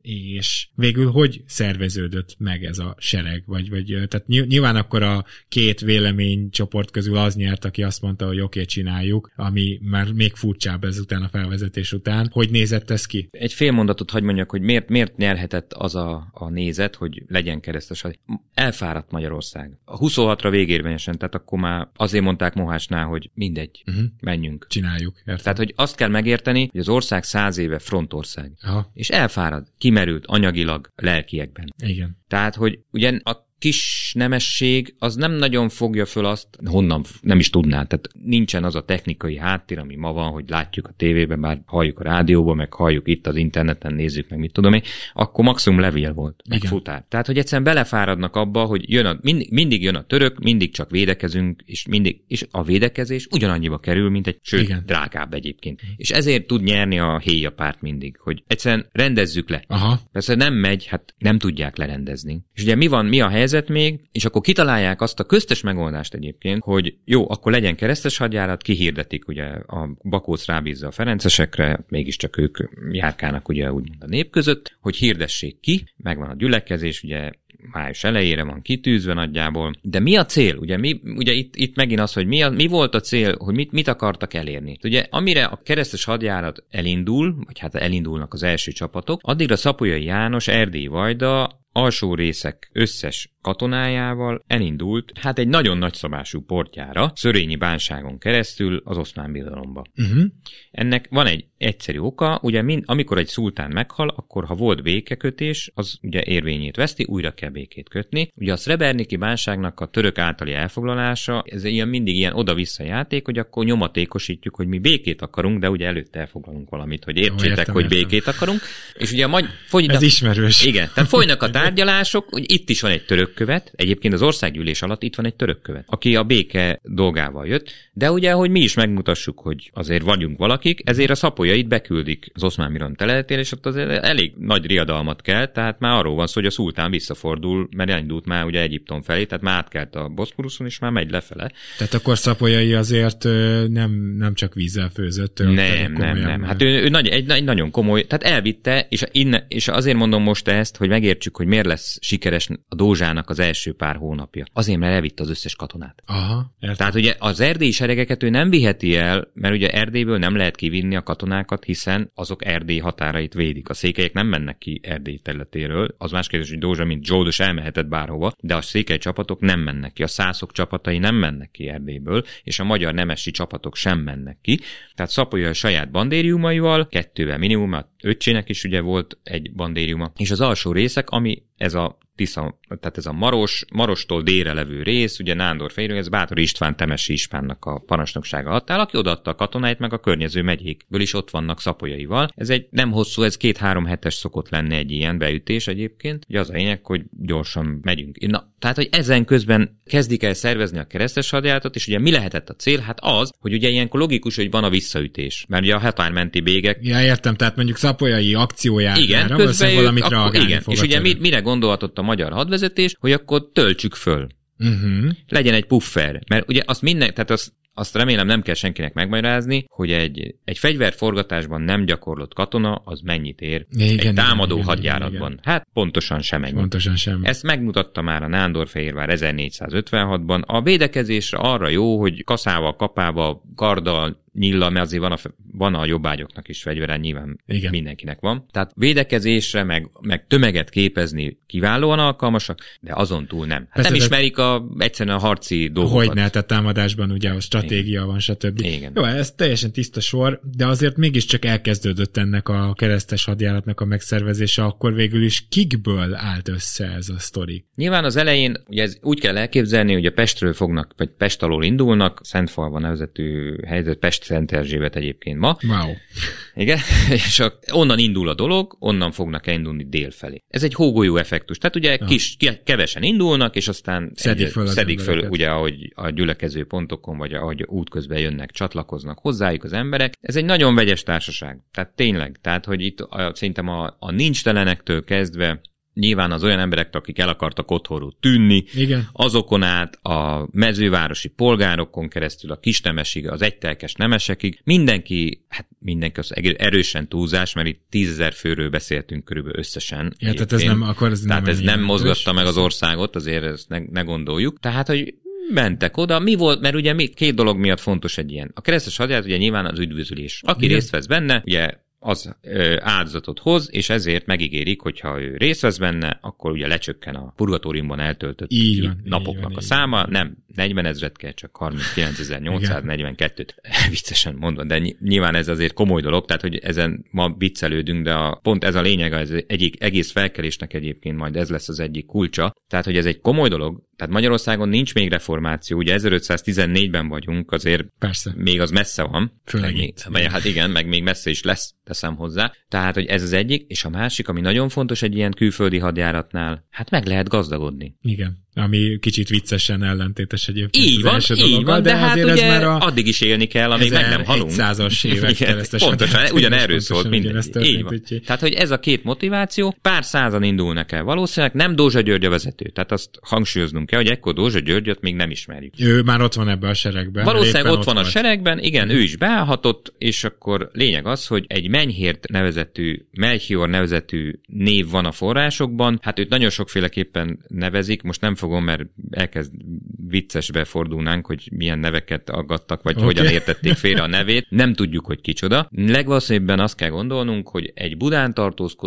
[SPEAKER 4] És végül hogy szerveződött meg ez a sereg? Vagy tehát nyilván akkor a két véleménycsoport közül az nyert, aki azt mondta, hogy oké, csináljuk, ami már még furcsább ezután a felvezetés után. Hogy nézett ez ki?
[SPEAKER 5] Egy fél mondatot hadd mondjak, hogy miért nyerhetett az a nézet, hogy legyen keresztes. Elfáradt Magyarország. A 26-ra végérvényesen, tehát akkor már azért mondták Mohácsnál, hogy mindegy, menjünk.
[SPEAKER 4] Csináljuk. Értem.
[SPEAKER 5] Tehát, hogy azt kell megérteni, hogy az ország 100 éve frontország.
[SPEAKER 4] Aha.
[SPEAKER 5] És elfárad, kimerült anyagilag, lelkiekben.
[SPEAKER 4] Igen.
[SPEAKER 5] Tehát, hogy ugye a kis nemesség az nem nagyon fogja föl azt, honnan nem is tudná. Tehát nincsen az a technikai háttér, ami ma van, hogy látjuk a tévében, bár halljuk a rádióban, meg halljuk itt az interneten, nézzük meg, mit tudom én, akkor maximum levél volt, meg futár. Tehát, hogy egyszerűen belefáradnak abba, hogy mindig jön a török, mindig csak védekezünk, és a védekezés ugyanannyiba kerül, mint sőt, drágább egyébként. És ezért tud nyerni a héja párt mindig, hogy egyszerűen rendezzük le.
[SPEAKER 4] Aha.
[SPEAKER 5] Persze nem megy, hát nem tudják lerendezni. És ugye mi a helyzet még, és akkor kitalálják azt a köztes megoldást egyébként, hogy jó, akkor legyen keresztes hadjárat, kihirdetik ugye a Bakóc rábízza a ferencesekre, mégiscsak ők járkálnak ugye úgymond a nép között, hogy hirdessék ki, megvan a gyülekezés, ugye május elejére van kitűzve nagyjából, de mi a cél? Ugye itt megint az, hogy mi volt a cél, hogy mit akartak elérni. Ugye amire a keresztes hadjárat elindul, vagy hát elindulnak az első csapatok, addigra Szapolyai János, Erdélyi vajda alsó részek összes katonájával elindult, hát egy nagyon nagyszabású portjára, Szörényi bánságon keresztül az Oszmán Birodalomba. Ennek van egy egyszerű oka, ugye amikor egy szultán meghal, akkor ha volt békekötés, az ugye érvényét veszti, újra kell békét kötni. Ugye a Srebrniki bánságnak a török általi elfoglalása, ez mindig ilyen oda-vissza játék, hogy akkor nyomatékosítjuk, hogy mi békét akarunk, de ugye előtte elfoglalunk valamit, hogy értsétek, hogy békét akarunk. És ugye
[SPEAKER 4] ez ismerős.
[SPEAKER 5] Igen, tehát folynak a tárgyalások, hogy itt is van egy török követ, egyébként az országgyűlés alatt itt van egy török követ, aki a béke dolgával jött, de ugye, hogy mi is megmutassuk, hogy azért vagyunk valakik, ezért a szapolyait beküldik az Oszmán Birodalom területére, és ott azért elég nagy riadalmat kell, tehát már arról van szó, hogy a szultán visszafordul, mert elindult már ugye Egyiptom felé, tehát már átkelt a Boszporuszon, és már megy lefele.
[SPEAKER 4] Tehát akkor szapolyai azért nem csak vízzel főzött.
[SPEAKER 5] Nem. Hát ő egy nagyon komoly, tehát elvitte, és azért mondom most ezt, hogy megértsük, hogy miért lesz sikeres a Dózsának az első pár hónapja. Azért, mert elvitte az összes katonát.
[SPEAKER 4] Aha, értem.
[SPEAKER 5] Tehát ugye az erdélyi seregeket ő nem viheti el, mert ugye Erdélyből nem lehet kivinni a katonákat, hiszen azok Erdély határait védik. A székelyek nem mennek ki Erdély területéről. Az más kérdés, hogy Dózsa, mint Zsoldos elmehetett bárhova, de a székely csapatok nem mennek ki. A szászok csapatai nem mennek ki Erdélyből, és a magyar nemesi csapatok sem mennek ki. Tehát Szapolya a saját bandériumaival, 2-vel minimum, a öccsének is ugye volt egy bandériuma, és az alsó részek, ami ez a Tisza, tehát ez a Marostól délre levő rész, ugye Nándor fejről, ez Bátor István Temesi Ispánnak a parancsnoksága alatt áll, aki odaadta a katonáit, meg a környező megyékből is ott vannak szapolyaival. Ez egy nem hosszú, ez 2-3 hetes szokott lenni egy ilyen beütés egyébként. Ugye az a lényeg, hogy gyorsan megyünk. Na, tehát, hogy ezen közben kezdik el szervezni a keresztes hadjáratot, és ugye mi lehetett a cél? Hát az, hogy ugye ilyenkor logikus, hogy van a visszaütés. Mert ugye a határmenti bégek.
[SPEAKER 4] Ja, értem, tehát mondjuk szapolyai akciójára,
[SPEAKER 5] igen, közben
[SPEAKER 4] valamit reagálni
[SPEAKER 5] igen,
[SPEAKER 4] fog.
[SPEAKER 5] És ugye mire gondolhatott a magyar hadvezetés, hogy akkor töltsük föl. Legyen egy puffer. Mert ugye azt remélem nem kell senkinek megmagyarázni, hogy egy fegyverforgatásban nem gyakorlott katona, az mennyit ér egy támadó hadjáratban. Igen. Hát pontosan semennyi.
[SPEAKER 4] Pontosan semmi.
[SPEAKER 5] Ezt megmutatta már a Nándorfehérvár 1456-ban. A védekezésre arra jó, hogy kaszával, kapával, karddal, nyilla, mert azért van a jobbágyoknak is fegyvere, nyilván igen. Mindenkinek van. Tehát védekezésre, meg tömeget képezni kiválóan alkalmasak, de azon túl nem. Hát persze, nem ismerik egyszerűen a harci dolgokat.
[SPEAKER 4] Hogyne, tehát támadásban ugye a stratégia igen. Van, stb.
[SPEAKER 5] Igen.
[SPEAKER 4] Jó, ez teljesen tiszta sor, de azért mégiscsak elkezdődött ennek a keresztes hadjáratnak a megszervezése, akkor végül is kikből állt össze ez a sztori?
[SPEAKER 5] Nyilván az elején, ugye ez úgy kell elképzelni, hogy a Pestről fognak, vagy Pest alól indulnak, Szentfalva nevezetű helyzet, Szent Erzsébet egyébként ma.
[SPEAKER 4] Wow.
[SPEAKER 5] Igen, és onnan indul a dolog, onnan fognak elindulni dél felé. Ez egy hógolyó effektus. Tehát ugye kevesen indulnak, és aztán szedik föl ugye, ahogy a gyülekező pontokon, vagy ahogy útközben jönnek, csatlakoznak hozzájuk az emberek. Ez egy nagyon vegyes társaság. Tehát tényleg, tehát hogy itt szerintem a nincstelenektől kezdve nyilván az olyan emberektől, akik el akartak otthonról tűnni, igen. Azokon át a mezővárosi polgárokon keresztül, a kisnemesig, az egytelkes nemesekig, mindenki az erősen túlzás, mert itt 10 000 főről beszéltünk körülbelül összesen.
[SPEAKER 4] Ja, tehát ez
[SPEAKER 5] nem mozgatta meg az országot, azért ezt ne gondoljuk. Tehát, hogy mentek oda. Mi volt, mert ugye két dolog miatt fontos egy ilyen. A keresztes hadjárat ugye nyilván az üdvözülés. Aki igen. Részt vesz benne, ugye az áldozatot hoz, és ezért megígérik, hogyha ő részt vesz benne, akkor ugye lecsökken a purgatóriumban eltöltött napoknak a száma, nem 40 000 kell, csak 39.842-t. Viccesen mondva, de nyilván ez azért komoly dolog, tehát hogy ezen ma viccelődünk, de pont ez a lényeg, az egyik egész felkelésnek egyébként majd ez lesz az egyik kulcsa. Tehát, hogy ez egy komoly dolog, tehát Magyarországon nincs még reformáció, ugye 1514-ben vagyunk, azért persze. Még az messze van. Hát igen, meg még messze is lesz, teszem hozzá. Tehát, hogy ez az egyik, és a másik, ami nagyon fontos egy ilyen külföldi hadjáratnál, hát meg lehet gazdagodni.
[SPEAKER 4] Igen. Ami kicsit viccesen ellentétes egyébként.
[SPEAKER 5] Így van, de hát ugye már addig is élni kell, amíg meg nem halunk.
[SPEAKER 4] 1100-as évek keresztes.
[SPEAKER 5] Pontosan, ugyanerről szólt minden. Így van. Tehát, hogy ez a két motiváció, pár százan indulnak el valószínűleg, nem Dózsa György a vezető. Tehát azt hangsúlyoznunk kell, hogy ekkor Dózsa Györgyöt még nem ismerjük.
[SPEAKER 4] Ő már ott van ebben a seregben.
[SPEAKER 5] Valószínűleg ott van a seregben, igen, ő is beállhatott, és akkor lényeg az, hogy egy Menyhért nevezetű, Melchior nevezetű név van a forrásokban. Hát őt nagyon sokféleképpen nevezik, most nem fogom, mert elkezd viccesbe fordulnánk, hogy milyen neveket aggattak, vagy hogyan értették félre a nevét. Nem tudjuk, hogy kicsoda. Legvalószínűbben azt kell gondolnunk, hogy egy Budán tartózkodó,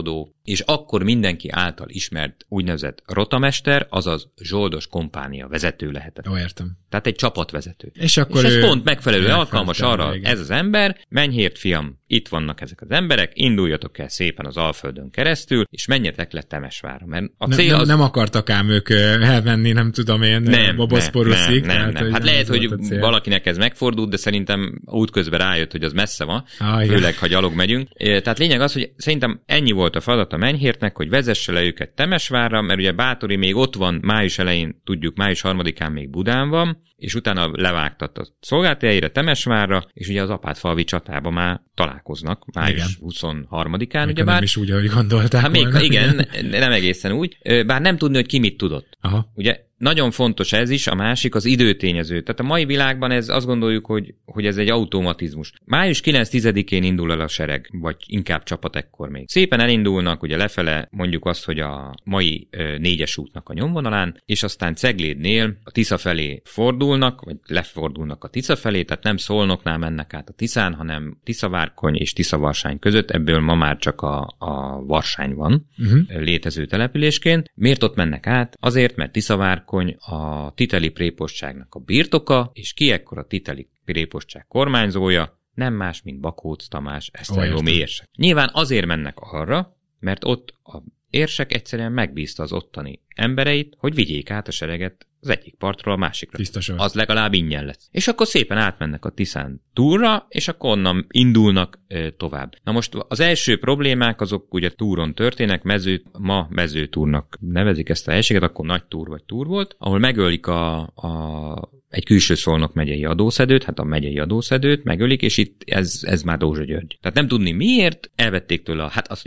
[SPEAKER 5] és akkor mindenki által ismert úgynevezett rotamester, azaz zsoldos kompánia vezető lehetett.
[SPEAKER 4] Ó, értem.
[SPEAKER 5] Tehát egy csapatvezető.
[SPEAKER 4] És akkor
[SPEAKER 5] ez pont megfelelő alkalmas arra,
[SPEAKER 4] igen.
[SPEAKER 5] ez az ember, Menyhért fiam, itt vannak ezek az emberek, induljatok el szépen az Alföldön keresztül, és menjetek le Temesvárra. Mert a cél
[SPEAKER 4] nem akartak ám ők elmenni, nem tudom én, Boboszporuszig.
[SPEAKER 5] Nem. Hát lehet, hogy valakinek ez megfordult, de szerintem útközben rájött, hogy az messze van, főleg, ha gyalog megyünk. Tehát lényeg az, hogy szerintem ennyi volt a feladat a Menyhértnek, hogy vezesse le őket Temesvárra, mert ugye Báthori még ott van május elején, tudjuk, május 3-án még Budán van, és utána levágtat a szolgáltajára Temesvárra, és ugye az Apátfalvi csatában már találkoznak, május 23-án. Ugye
[SPEAKER 4] nem is úgy, ahogy gondolták.
[SPEAKER 5] Hát még, igen, nem egészen úgy, bár nem tudni, hogy ki mit tudott.
[SPEAKER 4] Aha.
[SPEAKER 5] Ugye nagyon fontos ez is, a másik az időtényező. Tehát a mai világban ez azt gondoljuk, hogy ez egy automatizmus. Május 9-10-én indul el a sereg, vagy inkább csapat ekkor még. Szépen elindulnak, ugye lefele mondjuk azt, hogy a mai 4-es útnak a nyomvonalán, és aztán Ceglédnél a Tisza felé fordulnak, vagy lefordulnak a Tisza felé, tehát nem Szolnoknál mennek át a Tiszán, hanem Tiszavárkony és Tiszavarsány között, ebből ma már csak a Varsány van létező településként. Miért ott mennek át? Azért, mert Tiszavárkony a titeli prépostságnak a birtoka, és ki ekkor a titeli prépostság kormányzója? Nem más, mint Bakóc Tamás esztergomi érsek. Nyilván azért mennek arra, mert ott a érsek egyszerűen megbízta az ottani embereit, hogy vigyék át a sereget az egyik partról a másikra.
[SPEAKER 4] Tisztasan.
[SPEAKER 5] Az legalább ingyen lesz. És akkor szépen átmennek a Tiszán túlra, és akkor onnan indulnak tovább. Na most az első problémák azok ugye túron történnek, ma mezőtúrnak nevezik ezt a helységet, akkor nagy túr vagy túr volt, ahol megölik egy külső Szolnok megyei adószedőt, hát a megyei adószedőt megölik, és itt ez már Dózsa György. Tehát nem tudni miért, elvették tőle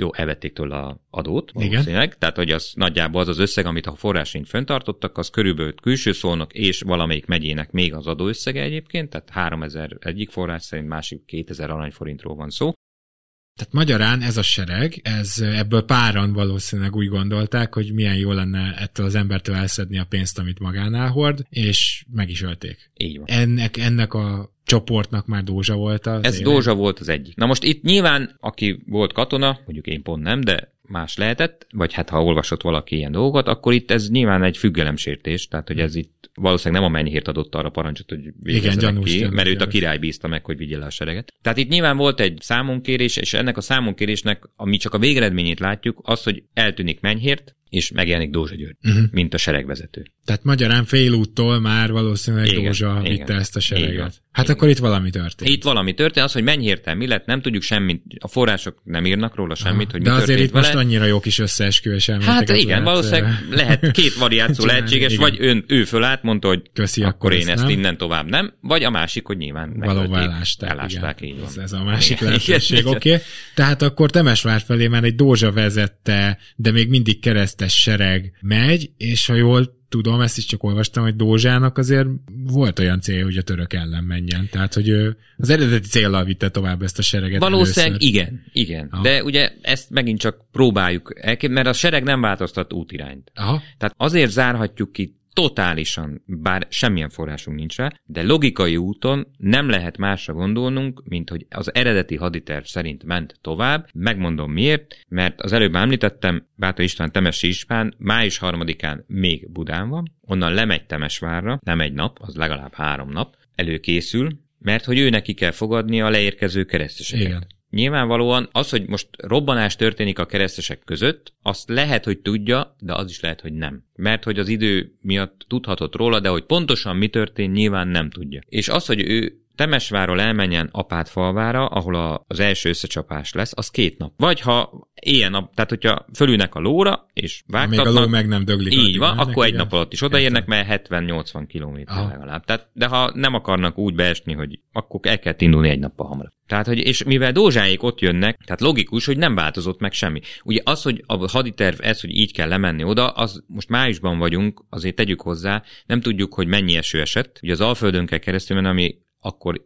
[SPEAKER 5] a adót, valószínűleg, tehát hogy az nagyjából az összeg, amit a forrásint fenntartottak, az körülbelül külső Szolnok és valamelyik megyének még az adóösszege egyébként, tehát 3000 egyik forrás szerint, másik 2000 aranyforintról van szó.
[SPEAKER 4] Tehát magyarán ez a sereg, ebből páran valószínűleg úgy gondolták, hogy milyen jó lenne ettől az embertől elszedni a pénzt, amit magánál hord, és meg is ölték.
[SPEAKER 5] Így van.
[SPEAKER 4] Ennek a csoportnak már Dózsa volt az
[SPEAKER 5] Ez Dózsa volt az egyik. Na most itt nyilván, aki volt katona, mondjuk én pont nem, de más lehetett, vagy hát ha olvasott valaki ilyen dolgokat, akkor itt ez nyilván egy függelemsértés, tehát hogy ez itt valószínűleg nem a Menyhért adott arra parancsot, hogy végezzenek ki, mert őt a király bízta meg, hogy vigye le a sereget. Tehát itt nyilván volt egy számonkérés, és ennek a számonkérésnek, ami csak a végeredményét látjuk, az, hogy eltűnik Menyhért, és megjelenik Dózsa György, mint a seregvezető. Tehát
[SPEAKER 4] magyarán félúttól már valószínűleg Dózsa vitte ezt a sereget. Hát akkor itt valami történt.
[SPEAKER 5] Itt valami történt, az, hogy Menyhérttel mi lett, nem tudjuk semmit, a források nem írnak róla semmit, hogy mi történt vele.
[SPEAKER 4] De azért itt most annyira jó kis összeesküvés elméleteket.
[SPEAKER 5] Hát igen, valószínűleg lehet két variáció lehetséges, igen. Vagy ő fölállt, mondta, hogy
[SPEAKER 4] köszi,
[SPEAKER 5] akkor én ezt innen tovább nem, vagy a másik, hogy nyilván
[SPEAKER 4] valóban
[SPEAKER 5] elásták, így van.
[SPEAKER 4] Ez a másik lehetőség, oké. Tehát akkor Temesvár felé már egy Dózsa vezette, de még mindig keresztes sereg megy, és ha jól tudom, ezt is csak olvastam, hogy Dózsának azért volt olyan cél, hogy a török ellen menjen. Tehát, hogy ő az eredeti céllal vitte tovább ezt a sereget.
[SPEAKER 5] Valószínűleg igen. Aha. De ugye ezt megint csak próbáljuk elképzelni, mert a sereg nem változtat útirányt.
[SPEAKER 4] Aha.
[SPEAKER 5] Tehát azért zárhatjuk ki totálisan, bár semmilyen forrásunk nincs rá, de logikai úton nem lehet másra gondolnunk, mint hogy az eredeti haditerv szerint ment tovább. Megmondom miért, mert az előbb említettem, Báthor István temesi ispán május 3-án még Budán van, onnan lemegy Temesvárra, nem egy nap, az legalább 3 nap, előkészül, mert hogy ő neki kell fogadni a leérkező kereszteseket.
[SPEAKER 4] Igen.
[SPEAKER 5] Nyilvánvalóan az, hogy most robbanás történik a keresztesek között, azt lehet, hogy tudja, de az is lehet, hogy nem. Mert hogy az idő miatt tudhatott róla, de hogy pontosan mi történt, nyilván nem tudja. És az, hogy ő Temesvárról elmenjen Apátfalvára, ahol az első összecsapás lesz, az 2 nap. Vagy ha ilyen nap, tehát hogyha fölülnek a lóra, és vágtatnak,
[SPEAKER 4] még a ló meg nem döglik.
[SPEAKER 5] Így van, akkor egy nap alatt is odaérnek, mert 70-80 kilométer legalább. Tehát, de ha nem akarnak úgy beesni, hogy akkor el kell indulni egy nappal hamarabb. Tehát, hogy, és mivel Dózsáék ott jönnek, tehát logikus, hogy nem változott meg semmi. Ugye az, hogy a haditerv ez, hogy így kell lemenni oda, az most májusban vagyunk, azért tegyük hozzá, nem tudjuk, hogy mennyi eső esett. Ugye az Alföldön kell keresztül menni, ami akkor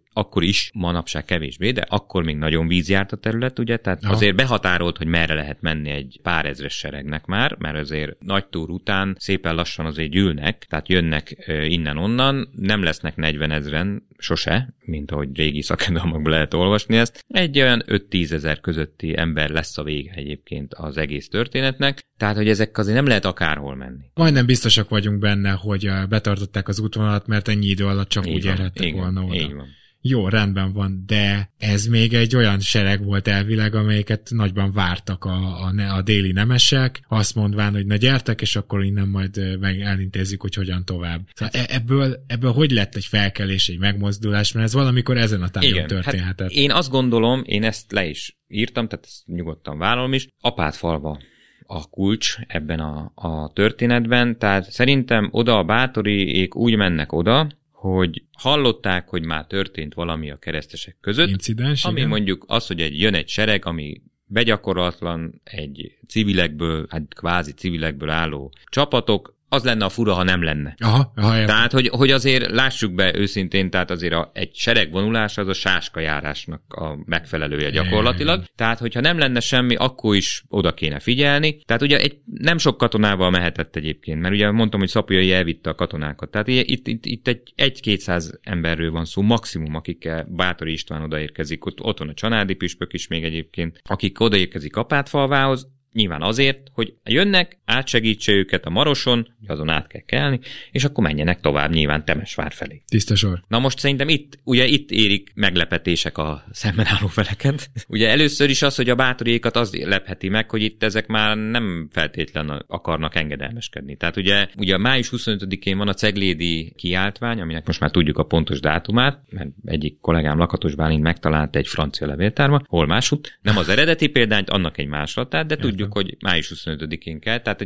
[SPEAKER 5] akkor is manapság kevésbé, de akkor még nagyon vízjárt a terület, ugye, tehát azért behatárolt, hogy merre lehet menni egy pár ezres seregnek már, mert azért nagy túr után szépen lassan azért gyűlnek, tehát jönnek innen-onnan, nem lesznek 40 000 sose, mint ahogy régi szakirodalmakban lehet olvasni ezt. Egy olyan 5-10 ezer közötti ember lesz a vége egyébként az egész történetnek, tehát hogy ezek azért nem lehet akárhol menni.
[SPEAKER 4] Majdnem biztosak vagyunk benne, hogy betartották az útvonalat, mert ennyi idő alatt csak úgy érhettek volna oda.
[SPEAKER 5] Így van.
[SPEAKER 4] Jó, rendben van, de ez még egy olyan sereg volt elvileg, amelyeket nagyban vártak a déli nemesek, azt mondván, hogy na gyertek, és akkor innen majd meg elintézzük, hogy hogyan tovább. Szóval ebből hogy lett egy felkelés, egy megmozdulás, mert ez valamikor ezen a tájon történhetett.
[SPEAKER 5] Hát én azt gondolom, én ezt le is írtam, tehát ezt nyugodtan vállalom is, Apátfalva a kulcs ebben a történetben, tehát szerintem oda a Báthoriék úgy mennek oda, hogy hallották, hogy már történt valami a keresztesek között,
[SPEAKER 4] incidens,
[SPEAKER 5] ami
[SPEAKER 4] igen.
[SPEAKER 5] mondjuk az, hogy jön egy sereg, ami begyakorlatlan, egy civilekből, hát kvázi civilekből álló csapatok, az lenne a fura, ha nem lenne.
[SPEAKER 4] Aha,
[SPEAKER 5] tehát, hogy azért lássuk be őszintén, tehát azért egy seregvonulás az a sáskajárásnak a megfelelője gyakorlatilag. Tehát, hogyha nem lenne semmi, akkor is oda kéne figyelni. Tehát ugye nem sok katonával mehetett egyébként, mert ugye mondtam, hogy Szapolyai elvitte a katonákat. Tehát ugye itt egy 1-200 emberről van szó maximum, akikkel Báthory István odaérkezik. Ott van a csanádi püspök is még egyébként, akik odaérkezik Apátfalvához, nyilván azért, hogy jönnek, átsegítse őket a Maroson, azon át kell kelni, és akkor menjenek tovább nyilván Temesvár felé.
[SPEAKER 4] Tiszta sor.
[SPEAKER 5] Na most szerintem itt érik meglepetések a szemben álló feleket. Ugye először is az, hogy a Báthoriékat az lepheti meg, hogy itt ezek már nem feltétlenül akarnak engedelmeskedni. Tehát ugye május 25-én van a ceglédi kiáltvány, aminek most már tudjuk a pontos dátumát, mert egyik kollégám Lakatos Bálint megtalálta egy francia levéltárba, hol másút. Nem az eredeti példányt, annak egy másolatát, de tudjuk, hogy május 25-én kell. Tehát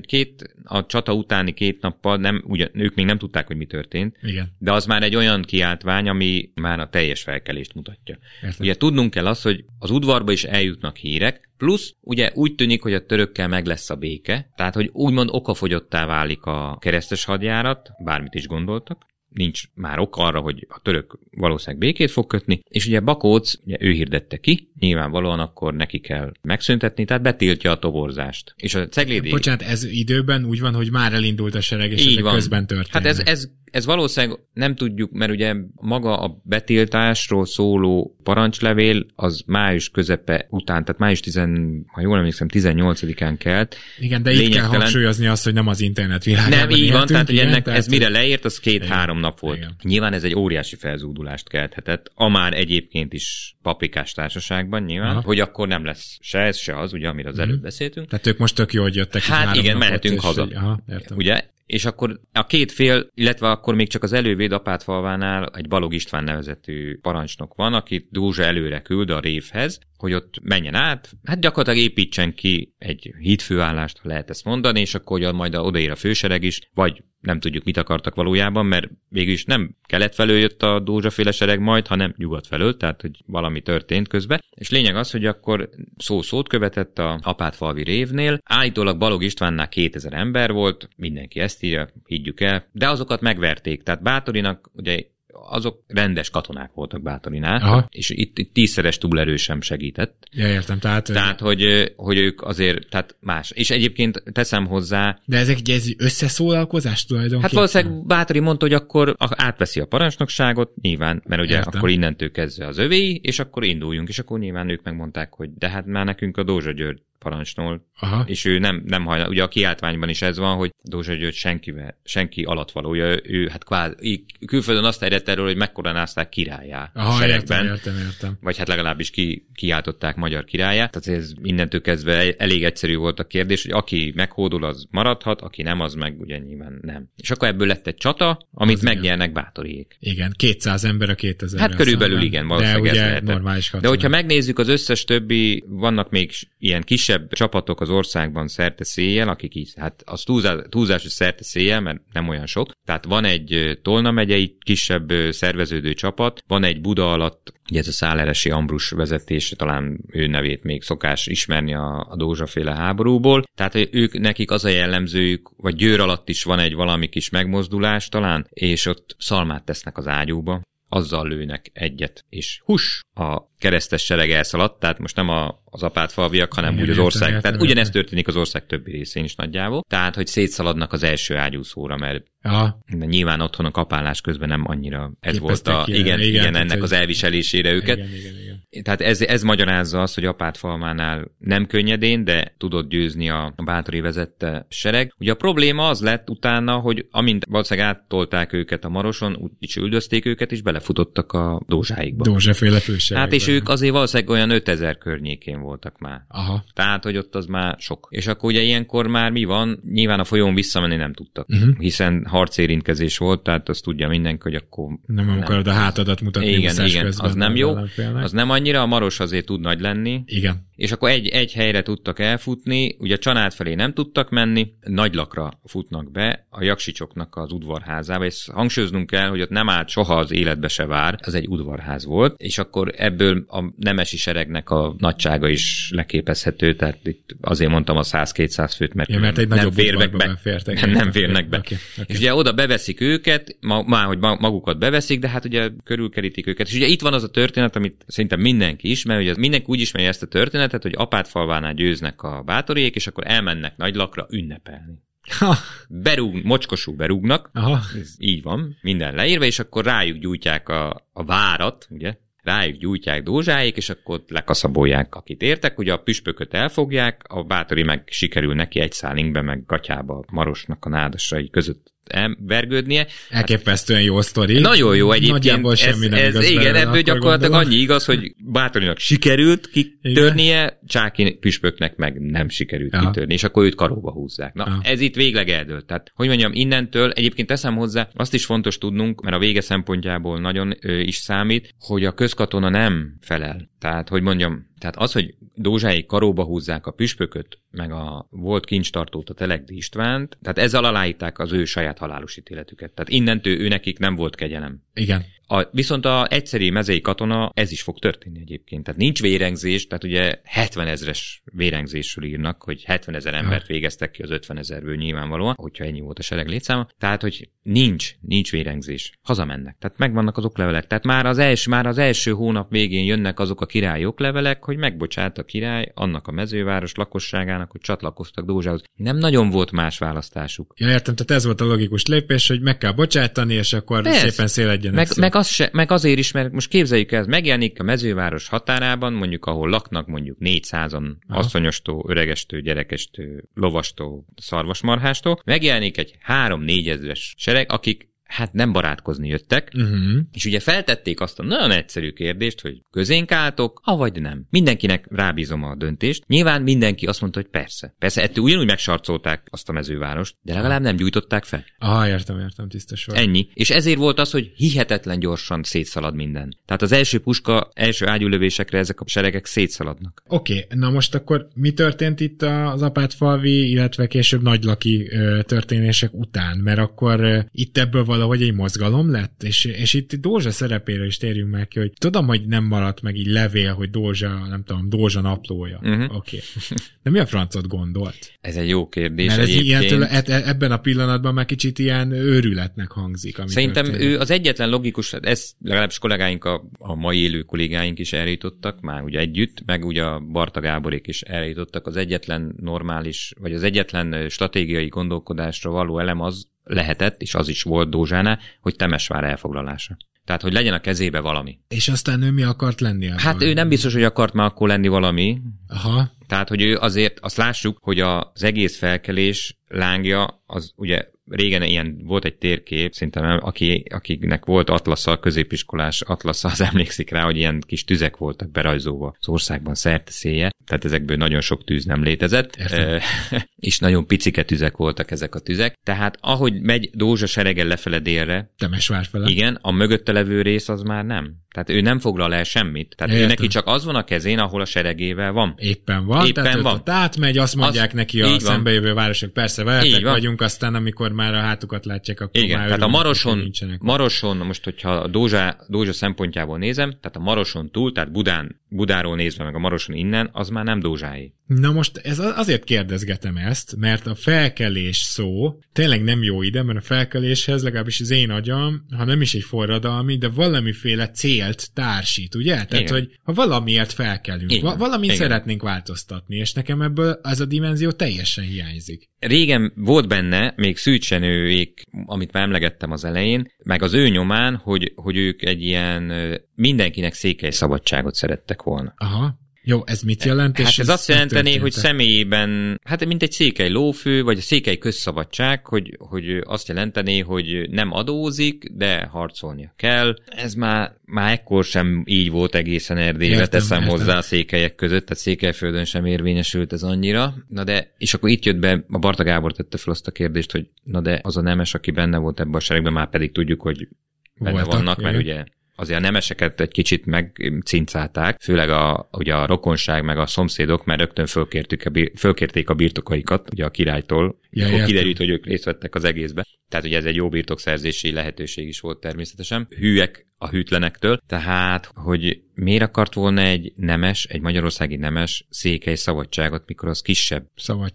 [SPEAKER 5] a csata utáni 2 nappal ők még nem tudták, hogy mi történt.
[SPEAKER 4] Igen.
[SPEAKER 5] De az már egy olyan kiáltvány, ami már a teljes felkelést mutatja.
[SPEAKER 4] Értem.
[SPEAKER 5] Ugye tudnunk kell azt, hogy az udvarba is eljutnak hírek, plusz ugye úgy tűnik, hogy a törökkel meg lesz a béke, tehát hogy úgymond okafogyottá válik a keresztes hadjárat, bármit is gondoltak. Nincs már ok arra, hogy a török valószínűleg békét fog kötni, és ugye Bakóc, ugye ő hirdette ki, nyilvánvalóan akkor neki kell megszüntetni, tehát betiltja a toborzást. És a ceglédi...
[SPEAKER 4] Bocsánat, ez időben úgy van, hogy már elindult a sereg, és ezek közben történnek.
[SPEAKER 5] Hát ez valószínűleg nem tudjuk, mert ugye maga a betiltásról szóló parancslevél az május közepe után, tehát május 18-án kelt.
[SPEAKER 4] Igen, de itt kell hangsúlyozni azt, hogy nem az internet világában.
[SPEAKER 5] Nem, így van, tehát
[SPEAKER 4] igen,
[SPEAKER 5] ennek ez mire leért, az 2-3 nap volt.
[SPEAKER 4] Igen.
[SPEAKER 5] Nyilván ez egy óriási felzúdulást kelthetett, a már egyébként is paprikás társaságban nyilván, hogy akkor nem lesz se ez, se az, ugye, amiről az előbb beszéltünk.
[SPEAKER 4] Tehát ők most tök jó, hogy jöttek.
[SPEAKER 5] Hát igen, mehetünk haza. Ugye? És akkor a két fél, illetve akkor még csak az elővéd Apátfalvánál egy Balogh István nevezetű parancsnok van, akit Dózsa előre küld a révhez, hogy ott menjen át, hát gyakorlatilag építsen ki egy hídfőállást, ha lehet ezt mondani, és akkor majd odaér a fősereg is, vagy nem tudjuk, mit akartak valójában, mert végülis nem kelet felől jött a Dózsa-féle sereg majd, hanem nyugat felől, tehát hogy valami történt közben. És lényeg az, hogy akkor szó-szót követett a Apátfalvi révnél. Állítólag Balogh Istvánnál 2000 ember volt, mindenki ezt írja, higgyük el, de azokat megverték. Tehát Báthorynak ugye azok rendes katonák voltak Báthorinál,
[SPEAKER 4] aha,
[SPEAKER 5] és itt 10-szeres túlerő sem segített.
[SPEAKER 4] Ja, értem, tehát
[SPEAKER 5] hogy ők azért, tehát más. És egyébként teszem hozzá...
[SPEAKER 4] De ez egy összeszólalkozás tulajdonképpen?
[SPEAKER 5] Hát valószínűleg Báthory mondta, hogy akkor átveszi a parancsnokságot, nyilván, mert ugye
[SPEAKER 4] értem,
[SPEAKER 5] akkor innentől kezdve az övéi, és akkor induljunk, és akkor nyilván ők megmondták, hogy de hát már nekünk a Dózsa György parancsnol, aha, és ő nem hajlandó. Ugye a kiáltványban is ez van, hogy Dózsa György senki alattvalója, ő hát kvázi külföldön azt terjedt erről, hogy megkoronázták királlyá a seregben.
[SPEAKER 4] Értem.
[SPEAKER 5] Vagy hát legalábbis kiáltották magyar királlyá. Tehát ez innentől kezdve elég egyszerű volt a kérdés, hogy aki meghódol, az maradhat, aki nem, az meg ugye nyilván nem. És akkor ebből lett egy csata, amit megnyernek Báthoriék.
[SPEAKER 4] Igen, 200 ember a 2000.
[SPEAKER 5] Hát körülbelül igen, valószínűleg ez
[SPEAKER 4] normális katonák.
[SPEAKER 5] De hogyha megnézzük az összes többi, vannak még ilyen kisebb csapatok az országban szerte széjjel, akik így, hát az túlzásos szerte széjjel, mert nem olyan sok. Tehát van egy Tolna megyei kisebb szerveződő csapat, van egy Buda alatt, ugye ez a Száleresi Ambrus vezetés, talán ő nevét még szokás ismerni a Dózsa-féle háborúból. Tehát nekik az a jellemzőjük, vagy Győr alatt is van egy valami kis megmozdulás talán, és ott szalmát tesznek az ágyúba. azzal lőnek egyet, és a keresztes sereg elszaladt, tehát most nem az apátfalviak, hanem úgy az ország. Tehát ugyanezt történik az ország többi részén is nagyjából. Tehát, hogy szétszaladnak az első ágyúszóra, mert de nyilván otthon a kapálás közben nem annyira ez volt igen, ennek az elviselésére őket. Igen. Tehát ez magyarázza azt, hogy Apátfalvánál nem könnyedén, de tudott győzni a Báthory vezette sereg. Ugye a probléma az lett utána, hogy amint valószínűleg áttolták őket a Maroson, úgy is üldözték őket, és belefutottak a Dózsáikba.
[SPEAKER 4] Dózsaféle főseregbe.
[SPEAKER 5] Hát és ők azért valószínűleg olyan 5000 környékén voltak már.
[SPEAKER 4] Aha.
[SPEAKER 5] Tehát, hogy ott az már sok. És akkor ugye ilyenkor már mi van? Nyilván a folyón visszamenni nem tudtak. Hiszen harcérintkezés volt, tehát azt tudja mindenki, hogy akkor...
[SPEAKER 4] Nem akarod a hátadat mutatni.
[SPEAKER 5] Igen, az nem jó. Az nem annyira, a Maros azért tud nagy lenni.
[SPEAKER 4] Igen.
[SPEAKER 5] És akkor egy helyre tudtak elfutni, ugye Csanád felé nem tudtak menni, Nagylakra futnak be, a Jaksicsoknak az udvarházába, és hangsúlyoznunk kell, hogy ott nem állt soha az életbe se vár, az egy udvarház volt, és akkor ebből a nemesi seregnek a nagysága is leképezhető, tehát itt azért mondtam a 100-200 főt, mert
[SPEAKER 4] egy
[SPEAKER 5] nem férnek be. Nem férnek be.
[SPEAKER 4] Okay.
[SPEAKER 5] És ugye oda beveszik őket, már hogy magukat beveszik, de hát ugye körülkerítik őket. És ugye itt van az a történet, amit szerintem mindenki ismer, hogy mindenki úgy ismeri ezt a történetet, hogy Apátfalvánál győznek a Báthoriék, és akkor elmennek Nagylakra ünnepelni. Mocskosul berúgnak, ez így van, minden leírva, és akkor rájuk gyújtják a várat, ugye, rájuk gyújtják Dózsáék, és akkor lekaszabolják, akit értek, ugye a püspököt elfogják, a Báthory meg sikerül neki egy szállinkbe, meg gatyába a Marosnak a nádasai között vergődnie.
[SPEAKER 4] Elképesztően jó sztori.
[SPEAKER 5] Nagyon jó egyébként.
[SPEAKER 4] Nagyjából semmi nem igaz.
[SPEAKER 5] Igen, ebből gyakorlatilag annyi igaz, hogy Báthorinak sikerült kitörnie, Csáky püspöknek meg nem sikerült kitörni, és akkor őt karóba húzzák. Na, ez itt végleg eldőlt. Tehát, hogy mondjam, innentől egyébként teszem hozzá, azt is fontos tudnunk, mert a vége szempontjából nagyon is számít, hogy a közkatona nem felel. Tehát, hogy mondjam, tehát az, hogy Dózsáék karóba húzzák a püspököt, meg a volt kincstartót, a Telegdi Istvánt, tehát ezzel aláírták az ő saját halálos ítéletüket. Tehát innentől ő nekik nem volt kegyelem.
[SPEAKER 4] Igen.
[SPEAKER 5] Viszont az egyszeri mezei katona, ez is fog történni egyébként. Tehát nincs vérengzés, tehát ugye 70 000-es vérengzésről írnak, hogy 70 000 embert végeztek ki az 50 000-ből nyilvánvalóan, hogyha ennyi volt a sereg létszáma. Tehát, hogy nincs vérengzés. Hazamennek. Tehát megvannak az oklevelek. Tehát már az első hónap végén jönnek azok a királyi oklevelek, hogy megbocsát a király annak a mezőváros lakosságának, hogy csatlakoztak Dózsához. Nem nagyon volt más választásuk.
[SPEAKER 4] Ja, értem, tehát ez volt a logikus lépés, hogy meg kell bocsátani, és akkor szépen széledjenek.
[SPEAKER 5] Meg azért is, mert most képzeljük el, ez megjelenik a mezőváros határában, mondjuk ahol laknak mondjuk 400-an asszonyostól, öregestől, gyerekestől, lovastól, szarvasmarhástól, megjelenik egy 3-4 ezres sereg, akik hát nem barátkozni jöttek, és ugye feltették azt a nagyon egyszerű kérdést, hogy közénk álltok, avagy nem. Mindenkinek rábízom a döntést. Nyilván mindenki azt mondta, hogy persze. Persze, ettől ugyanúgy megsarcolták azt a mezővárost, de legalább nem gyújtották fel.
[SPEAKER 4] Értem, tisztes volt.
[SPEAKER 5] Ennyi. És ezért volt az, hogy hihetetlen gyorsan szétszalad minden. Tehát az első első ágyúlövésekre ezek a seregek szétszaladnak.
[SPEAKER 4] Oké, na most akkor mi történt itt az apátfalvi, illetve később nagylaki történések után? Mert akkor itt ebből valahogy egy mozgalom lett, és itt Dózsa szerepére is térjünk meg ki, hogy tudom, hogy nem maradt meg így levél, hogy Dózsa naplója. Oké. De mi a francot gondolt?
[SPEAKER 5] Ez egy jó kérdés.
[SPEAKER 4] Mert ez ilyentől, ebben a pillanatban már kicsit ilyen őrületnek hangzik.
[SPEAKER 5] Szerintem ő az egyetlen logikus, ez legalábbis kollégáink, a mai élő kollégáink is eljutottak, már ugye együtt, meg ugye a Barta Gáborék is eljutottak, az egyetlen normális, vagy az egyetlen stratégiai gondolkodásra való elem az lehetett, és az is volt Dózsánál, hogy Temesvár elfoglalása. Tehát, hogy legyen a kezébe valami.
[SPEAKER 4] És aztán ő mi akart lenni?
[SPEAKER 5] Hát ő nem biztos, hogy akart már akkor lenni valami.
[SPEAKER 4] Aha.
[SPEAKER 5] Tehát, hogy ő azért, azt lássuk, hogy az egész felkelés lángja, az ugye régen volt egy térkép, szerintem akiknek volt atlasza, középiskolás atlasza, az emlékszik rá, hogy ilyen kis tüzek voltak berajzolva az országban szerte-szélje, tehát ezekből nagyon sok tűz nem létezett, és nagyon picike tüzek voltak ezek a tüzek, tehát ahogy megy Dózsa serege lefele délre,
[SPEAKER 4] Temesvár fele.
[SPEAKER 5] Igen, a mögötte levő rész az már nem. Tehát ő nem foglal el semmit. Tehát ő neki csak az van a kezén, ahol a seregével van.
[SPEAKER 4] Éppen van. Tehát átmegy, azt mondják neki a szembejövő városok, persze veletek vagyunk, aztán amikor már a hátukat látják, akkor
[SPEAKER 5] igen,
[SPEAKER 4] már
[SPEAKER 5] tehát a Maroson, most hogyha a Dózsa szempontjából nézem, tehát a Maroson túl, tehát Budáról nézve meg a Maroson innen, az már nem Dózsáé.
[SPEAKER 4] Na most azért kérdezgetem ezt, mert a felkelés szó tényleg nem jó ide, mert a felkeléshez legalábbis az én agyam, ha nem is egy forradalmi, de valamiféle célt társít, ugye? Tehát, igen. Hogy ha valamiért felkelünk, valamit szeretnénk változtatni, és nekem ebből ez a dimenzió teljesen hiányzik.
[SPEAKER 5] Régen volt benne, még Szűcsenőék, amit már emlegettem az elején, meg az ő nyomán, hogy ők egy ilyen mindenkinek székely szabadságot szerettek volna.
[SPEAKER 4] Aha. Jó, ez mit jelent?
[SPEAKER 5] Hát ez azt jelenteni, hogy személyében, hát mint egy székely lófő, vagy a székely közszabadság, hogy azt jelenteni, hogy nem adózik, de harcolnia kell. Ez már ekkor sem így volt egészen Erdélybe, teszem hozzá a székelyek között, tehát Székelyföldön sem érvényesült ez annyira. Na de, és akkor itt jött be, a Barta Gábor tette fel azt a kérdést, hogy na de az a nemes, aki benne volt ebben a seregben, már pedig tudjuk, hogy benne vannak, mert ugye azért a nemeseket egy kicsit megcincálták, főleg ugye a rokonság meg a szomszédok, mert rögtön fölkérték a birtokaikat ugye a királytól, akkor kiderült, hogy ők részt vettek az egészbe. Tehát ugye ez egy jó birtokszerzési lehetőség is volt természetesen. Hűek a hűtlenektől, tehát hogy miért akart volna egy magyarországi nemes székely szabadságot, mikor az kisebb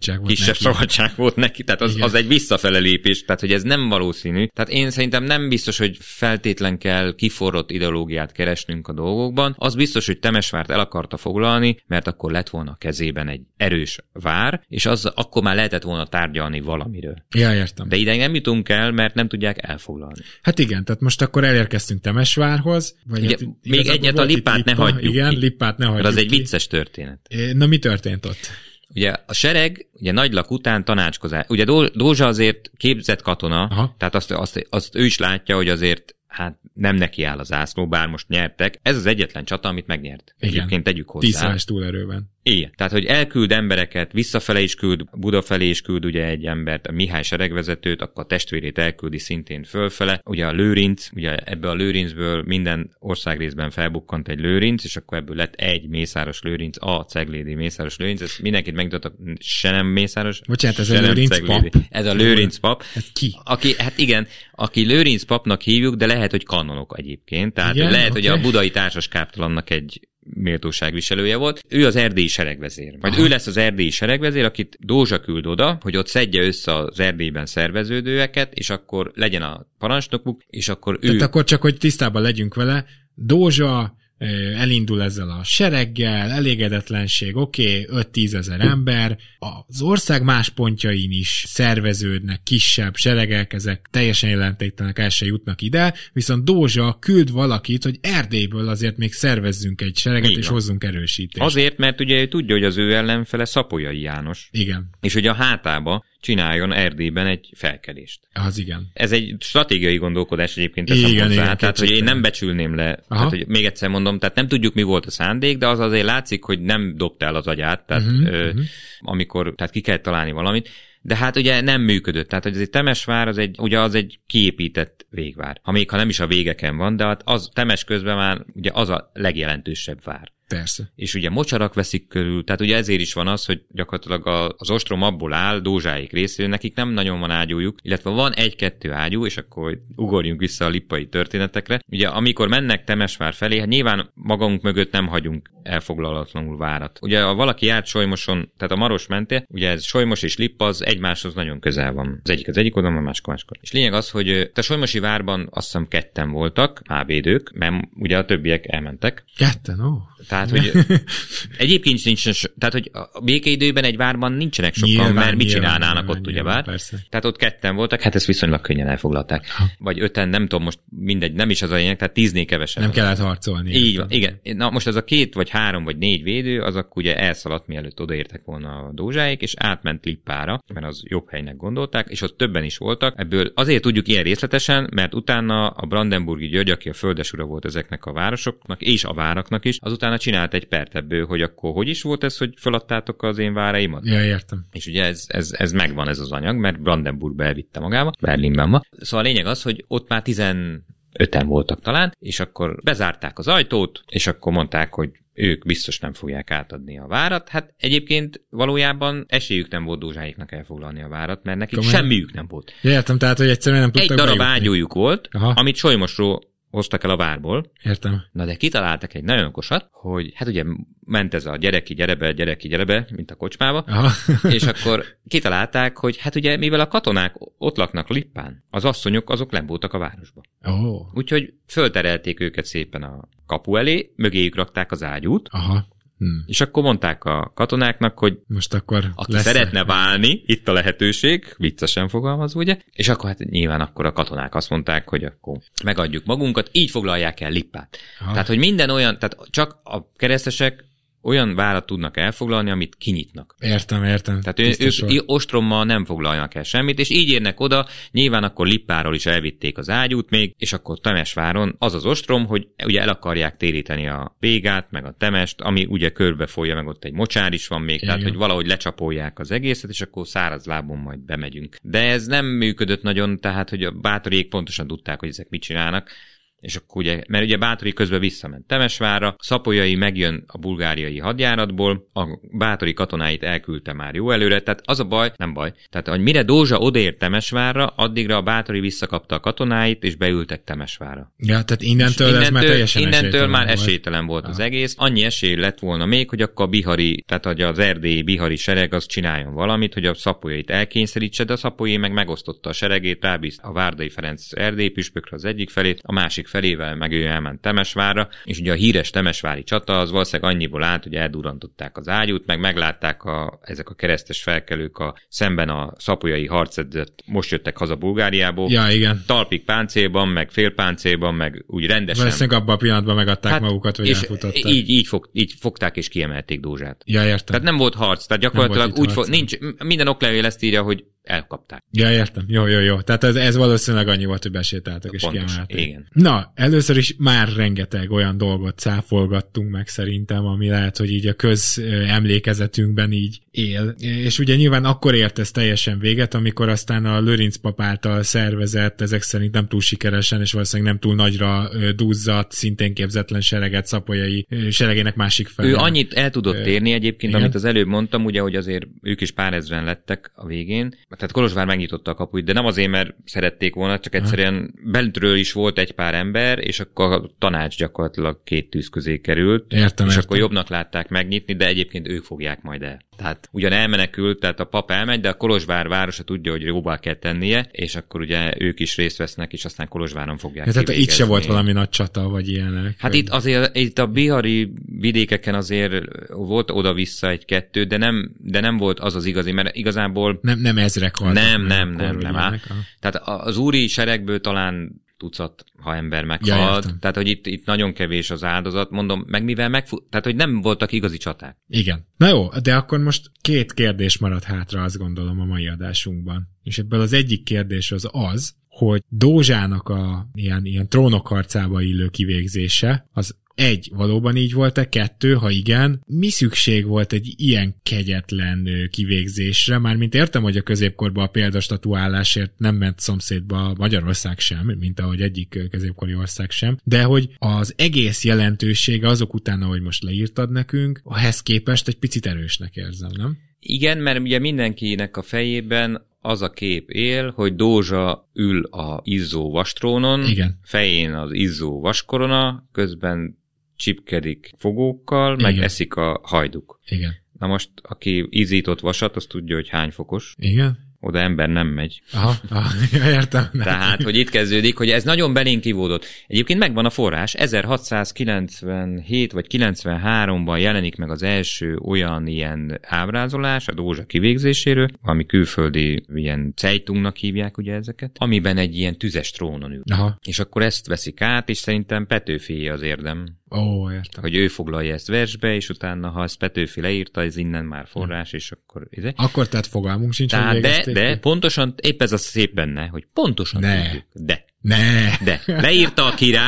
[SPEAKER 5] szabadság volt neki, tehát az egy visszafele lépés, tehát hogy ez nem valószínű. Tehát én szerintem nem biztos, hogy feltétlen kell kiforrott ideológiát keresnünk a dolgokban, az biztos, hogy Temesvárt el akarta foglalni, mert akkor lett volna a kezében egy erős vár, és akkor már lehetett volna tárgyalni valamiről.
[SPEAKER 4] Ja, értem.
[SPEAKER 5] De ideig nem jutunk el, mert nem tudják elfoglalni.
[SPEAKER 4] Hát igen, tehát most akkor elérkeztünk Temesvárhoz. Vagy
[SPEAKER 5] ugye, még egyet a Lippát ne hagyjuk.
[SPEAKER 4] Igen, Lippát ne hagyjuk.
[SPEAKER 5] Az egy vicces történet.
[SPEAKER 4] Na mi történt ott?
[SPEAKER 5] Ugye a sereg, ugye Nagylak után tanácskozás. Ugye Dózsa azért képzett katona, aha, tehát azt ő is látja, hogy azért hát nem neki áll az ászló, bár most nyertek. Ez az egyetlen csata, amit megnyert. Egyébként tegyük hozzá.
[SPEAKER 4] 10-szeres túlerőben.
[SPEAKER 5] Igen. Tehát, hogy elküld embereket, visszafele is küld, Buda felé is küld ugye egy embert, a Mihály seregvezetőt, akkor a testvérét elküldi szintén fölfele. Ugye a Lőrinc, ugye ebből a Lőrincből minden országrészben felbukkant egy Lőrinc, és akkor ebből lett egy Mészáros Lőrinc, a ceglédi Mészáros Lőrinc. Ez mindenkit megmutatok, se nem Mészáros.
[SPEAKER 4] Bocsánat, ez a Lőrinc pap.
[SPEAKER 5] Ez a Lőrinc pap.
[SPEAKER 4] Ez ki?
[SPEAKER 5] Hát igen, aki Lőrinc papnak hívjuk, de lehet, hogy kanonok egyébként. Tehát igen, lehet, hogy a budai társaskáptalannak egy méltóságviselője volt. Ő az erdélyi seregvezér. Majd ő lesz az erdélyi seregvezér, akit Dózsa küld oda, hogy ott szedje össze az Erdélyben szerveződőeket, és akkor legyen a parancsnokuk, és akkor ő...
[SPEAKER 4] Tehát akkor csak, hogy tisztában legyünk vele, Dózsa elindul ezzel a sereggel, elégedetlenség, 5-10 ezer ember, az ország más pontjain is szerveződnek, kisebb seregek, ezek teljesen jelentéktelenek, el se jutnak ide, viszont Dózsa küld valakit, hogy Erdélyből azért még szervezzünk egy sereget, és hozzunk erősítést.
[SPEAKER 5] Azért, mert ugye ő tudja, hogy az ő ellenfele Szapolyai János.
[SPEAKER 4] Igen.
[SPEAKER 5] És hogy a hátába csináljon Erdélyben egy felkelést.
[SPEAKER 4] Az igen.
[SPEAKER 5] Ez egy stratégiai gondolkodás egyébként teszem hozzá. Igen, tehát, hogy én nem becsülném le. Tehát, hogy még egyszer mondom, tehát nem tudjuk, mi volt a szándék, de az azért látszik, hogy nem dobta el az agyát, tehát amikor tehát ki kell találni valamit. De hát ugye nem működött. Tehát hogy ez egy Temesvár, az egy kiépített végvár. Ha nem is a végeken van, de hát az Temes közben már ugye az a legjelentősebb vár.
[SPEAKER 4] Persze.
[SPEAKER 5] És ugye mocsarak veszik körül, tehát ugye ezért is van az, hogy gyakorlatilag az ostrom abból áll, Dózsáék részéről, nekik nem nagyon van ágyújuk, illetve van 1-2 ágyú, és akkor ugorjunk vissza a lippai történetekre. Ugye amikor mennek Temesvár felé, hát nyilván magunk mögött nem hagyunk elfoglalatlanul várat. Ugye ha valaki járt Solymoson, tehát a Maros mentél, ugye ez Solymos és Lippa az egymáshoz nagyon közel van. Az egyik oldalon, a másik. És lényeg az, hogy a Solymosi várban azt hiszem 2 voltak, hávédők, mert ugye a többiek elmentek.
[SPEAKER 4] 2,
[SPEAKER 5] Tehát, hogy egyébként nincs, tehát, hogy a békeidőben egy várban nincsenek sokan, mert mit csinálnának ott, ugyebár. Tehát ott 2 voltak, hát ezt viszonylag könnyen elfoglalták. Vagy 5, nem tudom, most mindegy, nem is az a lényeg, tehát 10-nél kevesebb.
[SPEAKER 4] Nem kellett harcolni.
[SPEAKER 5] Így van, igen. Na most az a 2 vagy 3 vagy 4 védő, azok ugye elszaladt, mielőtt odaértek volna a Dózsáék, és átment Lippára, mert az jobb helynek gondolták, és ott többen is voltak. Ebből azért tudjuk ilyen részletesen, mert utána a Brandenburgi György, aki a földesura volt ezeknek a városoknak, és a váraknak is, azután csinált egy pert ebből, hogy akkor hogy is volt ez, hogy feladtátok az én váraimat?
[SPEAKER 4] Ja, értem.
[SPEAKER 5] És ugye ez megvan ez az anyag, mert Brandenburgba elvitte magába, Berlinben van. Szóval a lényeg az, hogy ott már 15-en voltak talán, és akkor bezárták az ajtót, és akkor mondták, hogy ők biztos nem fogják átadni a várat. Hát egyébként valójában esélyük nem volt Dózsáiknak elfoglalni a várat, mert nekik semmiük nem volt.
[SPEAKER 4] Értem, tehát, hogy egyszerűen nem tudtak
[SPEAKER 5] egy darab
[SPEAKER 4] bejutni.
[SPEAKER 5] ágyújuk volt, amit Solymosról hoztak el a várból.
[SPEAKER 4] Értem.
[SPEAKER 5] Na de kitaláltak egy nagyon okosat, hogy hát ugye ment ez a gyereki gyere be, mint a kocsmába,
[SPEAKER 4] Aha.
[SPEAKER 5] és akkor kitalálták, hogy hát ugye mivel a katonák ott laknak Lippán, az asszonyok azok nem voltak a városba.
[SPEAKER 4] Oh.
[SPEAKER 5] Úgyhogy fölterelték őket szépen a kapu elé, mögéjük rakták az ágyút,
[SPEAKER 4] Aha.
[SPEAKER 5] És akkor mondták a katonáknak, hogy
[SPEAKER 4] most akkor
[SPEAKER 5] aki szeretne válni, itt a lehetőség, viccesen fogalmazva, ugye? És akkor hát nyilván akkor a katonák azt mondták, hogy akkor megadjuk magunkat, így foglalják el Lippát.
[SPEAKER 4] Aha.
[SPEAKER 5] Tehát, hogy minden olyan, tehát csak a keresztesek olyan várat tudnak elfoglalni, amit kinyitnak.
[SPEAKER 4] Értem.
[SPEAKER 5] Tehát ők ostrommal nem foglaljanak el semmit, és így érnek oda, nyilván akkor Lippáról is elvitték az ágyút még, és akkor Temesváron az az ostrom, hogy ugye el akarják téríteni a Végát, meg a Temest, ami ugye körbefolyja, meg ott egy mocsár is van még,
[SPEAKER 4] igen.
[SPEAKER 5] Tehát hogy valahogy lecsapolják az egészet, és akkor száraz lábon majd bemegyünk. De ez nem működött nagyon, tehát hogy a bátoriék pontosan tudták, hogy ezek mit csinálnak. És akkor ugye, mert ugye Báthori közben visszament Temesvárra, Szapolyai megjön a bulgáriai hadjáratból, a Báthori katonáit elküldte már jó előre, tehát az a baj, nem baj, tehát hogy mire Dózsa odaért Temesvárra, addigra a Báthori visszakapta a katonáit, és beültek Temesvárra.
[SPEAKER 4] Ja, tehát innentől ez már teljesen
[SPEAKER 5] innentől már
[SPEAKER 4] volt.
[SPEAKER 5] Esélytelen volt az egész. Annyi esély lett volna még, hogy akkor a bihari, tehát hogy az erdélyi bihari sereg az csináljon valamit, hogy a Szapolyait elkényszerítse, de a Szapolyai meg megosztotta a seregét, rábízta a Várdai Ferenc erdélyi püspökre az egyik felét, a másik felével meg ő elment Temesvárra, és ugye a híres temesvári csata az valószínűleg annyiból állt, hogy eldurrantották az ágyút, meg meglátták ezek a keresztes felkelők szemben a szapolyai harcedzet, most jöttek haza Bulgáriából.
[SPEAKER 4] Ja, igen.
[SPEAKER 5] Talpig páncélban, meg félpáncélban, meg úgy rendesen.
[SPEAKER 4] Valószínűleg abban a pillanatban megadták magukat, vagy elfutottak.
[SPEAKER 5] Így fogták és kiemelték Dózsát.
[SPEAKER 4] Ja, értem.
[SPEAKER 5] Tehát nem volt harc, tehát gyakorlatilag úgy nincs, minden oklevél ezt írja, hogy elkapták.
[SPEAKER 4] Ja, értem. Jó. Tehát ez valószínűleg annyi volt, hogy besétáltak és kiemelték.
[SPEAKER 5] Igen.
[SPEAKER 4] Na, először is már rengeteg olyan dolgot cáfolgattunk meg szerintem, ami lehet, hogy így a közemlékezetünkben így él. És ugye nyilván akkor ért ez teljesen véget, amikor aztán a Lőrinc pap által szervezett, ezek szerint nem túl sikeresen, és valószínűleg nem túl nagyra duzzadt, szintén képzetlen sereget Szapolyai seregének másik felé.
[SPEAKER 5] Ő annyit el tudott érni egyébként,
[SPEAKER 4] igen.
[SPEAKER 5] Amit az előbb mondtam, ugye, hogy azért ők is pár ezren lettek a végén. Tehát Kolozsvár megnyitotta a kapuit, de nem azért, mert szerették volna, csak egyszerűen bentről is volt egy pár ember, és akkor a tanács gyakorlatilag két tűz közé került,
[SPEAKER 4] értem.
[SPEAKER 5] Akkor jobbnak látták megnyitni, de egyébként ők fogják majd el. Tehát ugyan elmenekült, tehát a pap elmegy, de a Kolozsvár városa tudja, hogy jóvá kell tennie, és akkor ugye ők is részt vesznek, és aztán Kolozsváron fogják kivégezni.
[SPEAKER 4] Tehát itt se volt valami nagy csata, vagy ilyenek.
[SPEAKER 5] Hát itt azért, itt a bihari vidékeken azért volt oda-vissza egy-kettő, de nem volt az igazi, mert igazából...
[SPEAKER 4] Nem ezrek haltak.
[SPEAKER 5] Nem. Tehát az úri seregből talán tucat, ha ember meghalt.
[SPEAKER 4] Ja,
[SPEAKER 5] tehát, hogy itt nagyon kevés az áldozat, mondom, meg mivel tehát, hogy nem voltak igazi csaták.
[SPEAKER 4] Igen. Na jó, de akkor most két kérdés maradt hátra, azt gondolom, a mai adásunkban. És ebből az egyik kérdés az, hogy Dózsának a ilyen trónokharcába illő kivégzése, az egy, valóban így volt-e? Kettő, ha igen, mi szükség volt egy ilyen kegyetlen kivégzésre? Mármint értem, hogy a középkorban a példastatuálásért nem ment szomszédba Magyarország sem, mint ahogy egyik középkori ország sem, de hogy az egész jelentősége azok után, ahogy most leírtad nekünk, ahhez képest egy picit erősnek érzem, nem?
[SPEAKER 5] Igen, mert ugye mindenkinek a fejében az a kép él, hogy Dózsa ül a izzó vastrónon,
[SPEAKER 4] igen.
[SPEAKER 5] Fején az izzó vaskorona, közben csipkedik fogókkal,
[SPEAKER 4] igen.
[SPEAKER 5] Meg eszik a hajduk.
[SPEAKER 4] Igen.
[SPEAKER 5] Na most, aki ízított vasat, az tudja, hogy hány fokos.
[SPEAKER 4] Igen.
[SPEAKER 5] Oda ember nem megy.
[SPEAKER 4] Aha, értem.
[SPEAKER 5] Tehát, hogy itt kezdődik, hogy ez nagyon belénk kivódott. Egyébként megvan a forrás, 1697 vagy 93-ban jelenik meg az első olyan ilyen ábrázolás a Dózsa kivégzéséről, ami külföldi ilyen Zeitungnak hívják ugye ezeket, amiben egy ilyen tüzes trónon ül.
[SPEAKER 4] Aha.
[SPEAKER 5] És akkor ezt veszik át, és szerintem Petőfié az érdem.
[SPEAKER 4] Ó, értem.
[SPEAKER 5] Hogy ő foglalja ezt versbe, és utána, ha ezt Petőfi leírta, ez innen már forrás, és akkor...
[SPEAKER 4] Akkor tehát fogalmunk sincs,
[SPEAKER 5] tehát,
[SPEAKER 4] hogy végezték.
[SPEAKER 5] de pontosan, épp ez a szép benne, hogy pontosan tudjuk. De. Leírta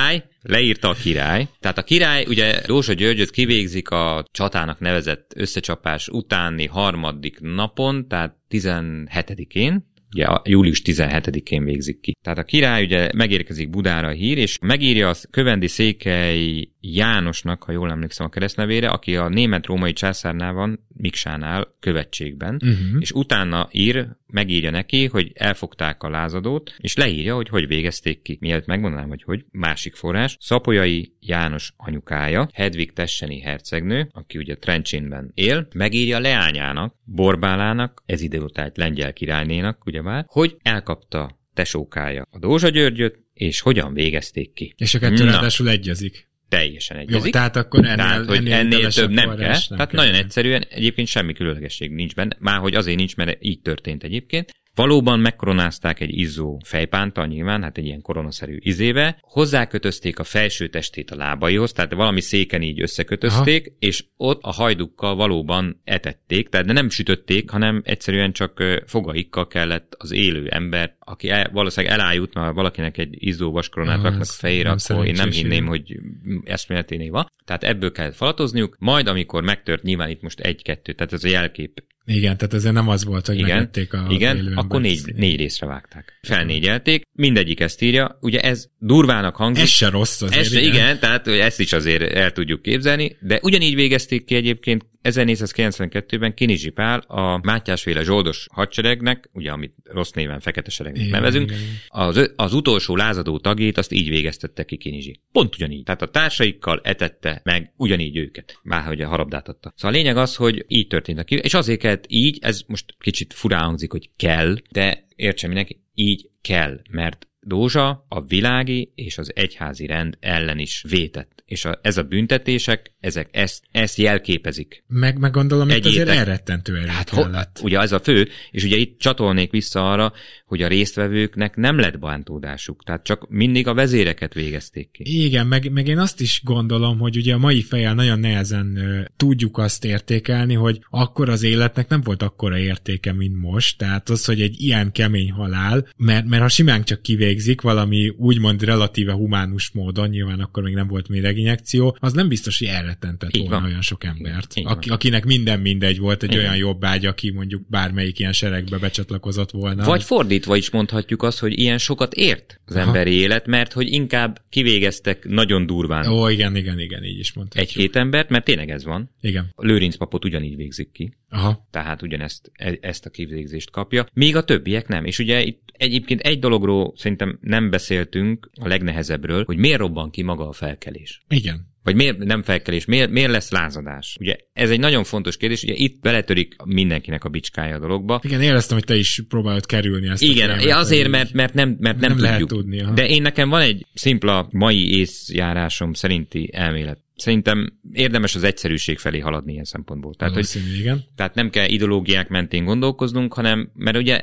[SPEAKER 5] a király. Tehát a király, ugye Dózsa Györgyöt kivégzik a csatának nevezett összecsapás utáni harmadik napon, tehát 17-én, ugye július 17-én végzik ki. Tehát a király ugye megérkezik Budára a hír, és megírja a kövendi székely Jánosnak, ha jól emlékszem a keresztnevére, aki a német-római császárnál van, Miksánál követségben, és utána megírja neki, hogy elfogták a lázadót, és leírja, hogy végezték ki. Mielőtt megmondanám, hogy másik forrás, Szapolyai János anyukája, Hedvig tesseni hercegnő, aki ugye Trencsénben él, megírja leányának, Borbálának, ez időtájt lengyel királynénak, ugyebár, hogy elkapta tesókája a Dózsa Györgyöt, és hogyan végezték ki.
[SPEAKER 4] És a kettő ráadásul egyezik.
[SPEAKER 5] Teljesen egyezik.
[SPEAKER 4] Jó, tehát akkor ennél
[SPEAKER 5] több nem kell. Tehát nagyon egyszerűen egyébként semmi különlegesség nincs benne. Márhogy azért nincs, mert így történt egyébként. Valóban megkoronázták egy izzó fejpántal nyilván, hát egy ilyen koronaszerű izébe, hozzákötözték a felső testét a lábaihoz, tehát valami széken így összekötözték, és ott a hajdukkal valóban etették, tehát nem sütötték, hanem egyszerűen csak fogaikkal kellett az élő ember, aki valószínűleg elájult, mert valakinek egy izzó vaskoronát raknak a fejére, akkor én nem hinném, hogy eszméleténél van. Tehát ebből kellett falatozniuk, majd amikor megtört, nyilván itt most 1-2, tehát ez a jelkép.
[SPEAKER 4] Igen, tehát ezért nem az volt, hogy megették a
[SPEAKER 5] igen, akkor négy részre vágták. Felnégyelték, mindegyik ezt írja, ugye ez durvának hangzik.
[SPEAKER 4] Ez se rossz azért.
[SPEAKER 5] Igen, tehát ezt is azért el tudjuk képzelni, de ugyanígy végezték ki egyébként 1492-ben Kinizsi Pál a Mátyásféle zsoldos hadseregnek, ugye amit rossz néven fekete seregnek nevezünk, az utolsó lázadó tagjait azt így végeztette ki Kinizsi. Pont ugyanígy. Tehát a társaikkal etette meg ugyanígy őket. Már hogy a harabdát adta. Szóval a lényeg az, hogy így történt és azért kellett így, ez most kicsit furán hangzik, hogy kell, de értsen mindenki, így kell, mert Dózsa a világi és az egyházi rend ellen is vétett. És ez a büntetések, ezek ezt jelképezik.
[SPEAKER 4] Meg gondolom, itt azért elrettentő erő kellett.
[SPEAKER 5] Ugye ez a fő, és ugye itt csatolnék vissza arra, hogy a résztvevőknek nem lett bántódásuk. Tehát csak mindig a vezéreket végezték ki.
[SPEAKER 4] Igen, meg én azt is gondolom, hogy ugye a mai fejjel nagyon nehezen tudjuk azt értékelni, hogy akkor az életnek nem volt akkora értéke, mint most. Tehát az, hogy egy ilyen kemény halál, mert ha simán csak kivégzik valami úgymond relatíve humánus módon, nyilván akkor még nem volt méreginjekció, az nem biztos, hogy elrettentett volna olyan sok embert. Akinek minden mindegy volt, egy olyan jobbágy, aki mondjuk bármelyik ilyen seregbe becsatlakozott volna.
[SPEAKER 5] Vagy fordítva is mondhatjuk azt, hogy ilyen sokat ért az emberi élet, mert hogy inkább kivégeztek nagyon durván.
[SPEAKER 4] Ó, igen, így is mondhatjuk.
[SPEAKER 5] 1-2 embert, mert tényleg ez van.
[SPEAKER 4] Igen.
[SPEAKER 5] A Lőrinc papot ugyanígy végzik ki.
[SPEAKER 4] Aha.
[SPEAKER 5] Tehát ugyanezt a kivégzést kapja. Még a többiek nem. És ugye itt egyébként egy dologról szerintem nem beszéltünk, a legnehezebbről, hogy miért robban ki maga a felkelés.
[SPEAKER 4] Igen.
[SPEAKER 5] Vagy miért nem felkelés, miért lesz lázadás? Ugye ez egy nagyon fontos kérdés, ugye itt beletörik mindenkinek a bicskája a dologba.
[SPEAKER 4] Igen, éreztem, hogy te is próbálod kerülni ezt.
[SPEAKER 5] Igen, azért, mert nem
[SPEAKER 4] lehet
[SPEAKER 5] tudjuk.
[SPEAKER 4] Tudni,
[SPEAKER 5] de én nekem van egy szimpla mai észjárásom szerinti elmélet. Szerintem érdemes az egyszerűség felé haladni ilyen szempontból. Tehát nem kell ideológiák mentén gondolkoznunk, hanem, mert ugye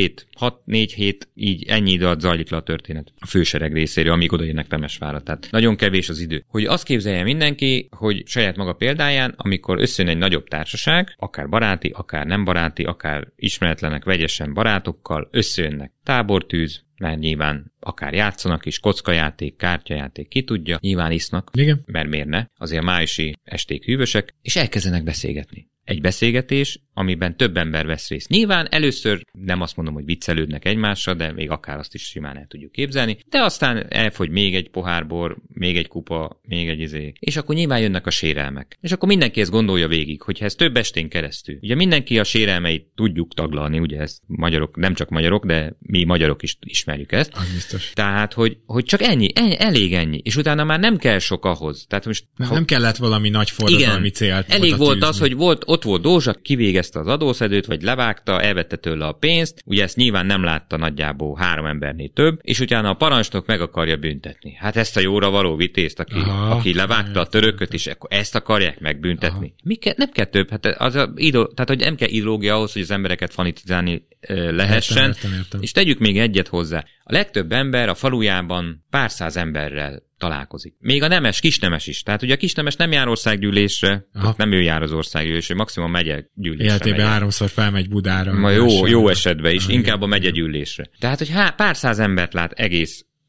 [SPEAKER 5] 6-4 hét így ennyi idő alatt zajlik le a történet a fősereg részéről, amíg odaérnek Temesvárra. Tehát nagyon kevés az idő. Hogy azt képzelje mindenki, hogy saját maga példáján, amikor összejön egy nagyobb társaság, akár baráti, akár nem baráti, akár ismeretlenek vegyesen barátokkal, összejönnek tábortűz, mert nyilván akár játszanak is, kockajáték, kártyajáték, ki tudja, nyilván isznak,
[SPEAKER 4] igen.
[SPEAKER 5] Mert miért ne, azért májusi esték hűvösek, és elkezdenek beszélgetni. Egy beszélgetés, amiben több ember vesz részt. Nyilván először nem azt mondom, hogy viccelődnek egymással, de még akár azt is simán el tudjuk képzelni, de aztán elfogy még egy pohár bor, még egy kupa, még egy izé, és akkor nyilván jönnek a sérelmek. És akkor mindenki ezt gondolja végig, hogy ez több estén keresztül. Ugye mindenki a sérelmeit tudjuk taglalni, ugye ezt magyarok, nem csak magyarok, de mi magyarok is ismerjük ezt.
[SPEAKER 4] Az biztos.
[SPEAKER 5] Tehát, hogy csak ennyi, elég ennyi, és utána már nem kell sok ahhoz. Tehát most,
[SPEAKER 4] nem kellett valami nagy forradalmi célt.
[SPEAKER 5] Elég volt az, hogy ott volt Dózsa, kivégezte az adószedőt, vagy levágta, elvette tőle a pénzt, ugye ezt nyilván nem látta nagyjából 3 embernél több, és utána a parancsnok meg akarja büntetni. Hát ezt a jóra való vitézt, aki levágta a törököt, és akkor ezt akarják megbüntetni. Nem kell több, hát tehát hogy nem kell ideológia ahhoz, hogy az embereket fanatizálni lehessen,
[SPEAKER 4] értem.
[SPEAKER 5] És tegyük még egyet hozzá. A legtöbb ember a falujában pár száz emberrel találkozik. Még a nemes, kisnemes is. Tehát ugye a kisnemes nem jár országgyűlésre, nem ő jár az országgyűlésre, maximum a megyegyűlésre.
[SPEAKER 4] Életében 3-szor felmegy Budára.
[SPEAKER 5] Jó esetben is, inkább a megyegyűlésre. Tehát, hogy pár száz embert lát egész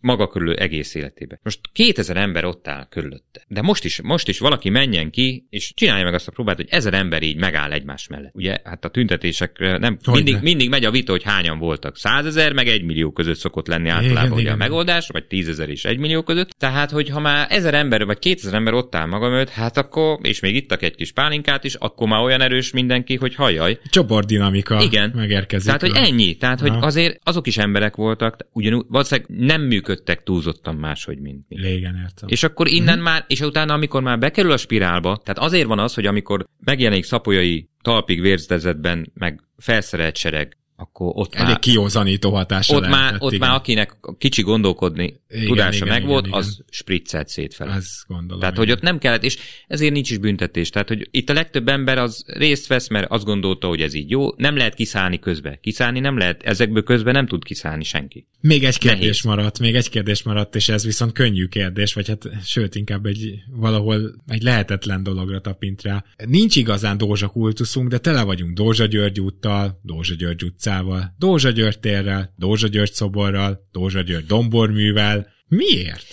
[SPEAKER 5] maga körül egész életében. Most 2000 ember ott áll körülötte. De most is valaki menjen ki, és csinálja meg azt a próbát, hogy 1000 ember így megáll egymás mellett. Ugye, hát a tüntetésekre nem mindig megy a vita, hogy hányan voltak. 100 000 meg 1 millió között szokott lenni általában ugye a megoldás, vagy 10 000 és 1 millió között. Tehát, hogy ha már 1000 ember vagy 2000 ember ott áll maga mögött, hát akkor, és még ittak egy kis pálinkát is, akkor már olyan erős mindenki, hogy hajjaj.
[SPEAKER 4] Csoportdinamika megérkezik.
[SPEAKER 5] Tehát, hogy ennyi. Tehát, hogy azért azok is emberek voltak, ugyanúgy valószínűleg nem működtek túlzottan máshogy, mint mi.
[SPEAKER 4] Légen, értem.
[SPEAKER 5] És akkor innen már, és utána, amikor már bekerül a spirálba, tehát azért van az, hogy amikor megjelenik Szapolyai talpig vérzezetben, meg felszerelt sereg, akkor ott
[SPEAKER 4] elég kiózanító hatása
[SPEAKER 5] lehetett. Ott már akinek kicsi gondolkodni tudása megvolt, az spriccelt szétfele.
[SPEAKER 4] Azt gondolom.
[SPEAKER 5] Tehát, hogy ott nem kellett, és ezért nincs is büntetés. Tehát, hogy itt a legtöbb ember az részt vesz, mert azt gondolta, hogy ez így jó, nem lehet kiszállni közbe. Kiszállni nem lehet, ezekből közben nem tud kiszállni senki.
[SPEAKER 4] Még egy kérdés maradt, és ez viszont könnyű kérdés, vagy hát sőt, inkább valahol egy lehetetlen dologra tapint rá. Nincs igazán Dózsa kultuszunk, de tele vagyunk Dózsa György úttal, Dózsa György utcával, Dózsa György térrel, Dózsa György szoborral, Dózsa György domborművel. Miért?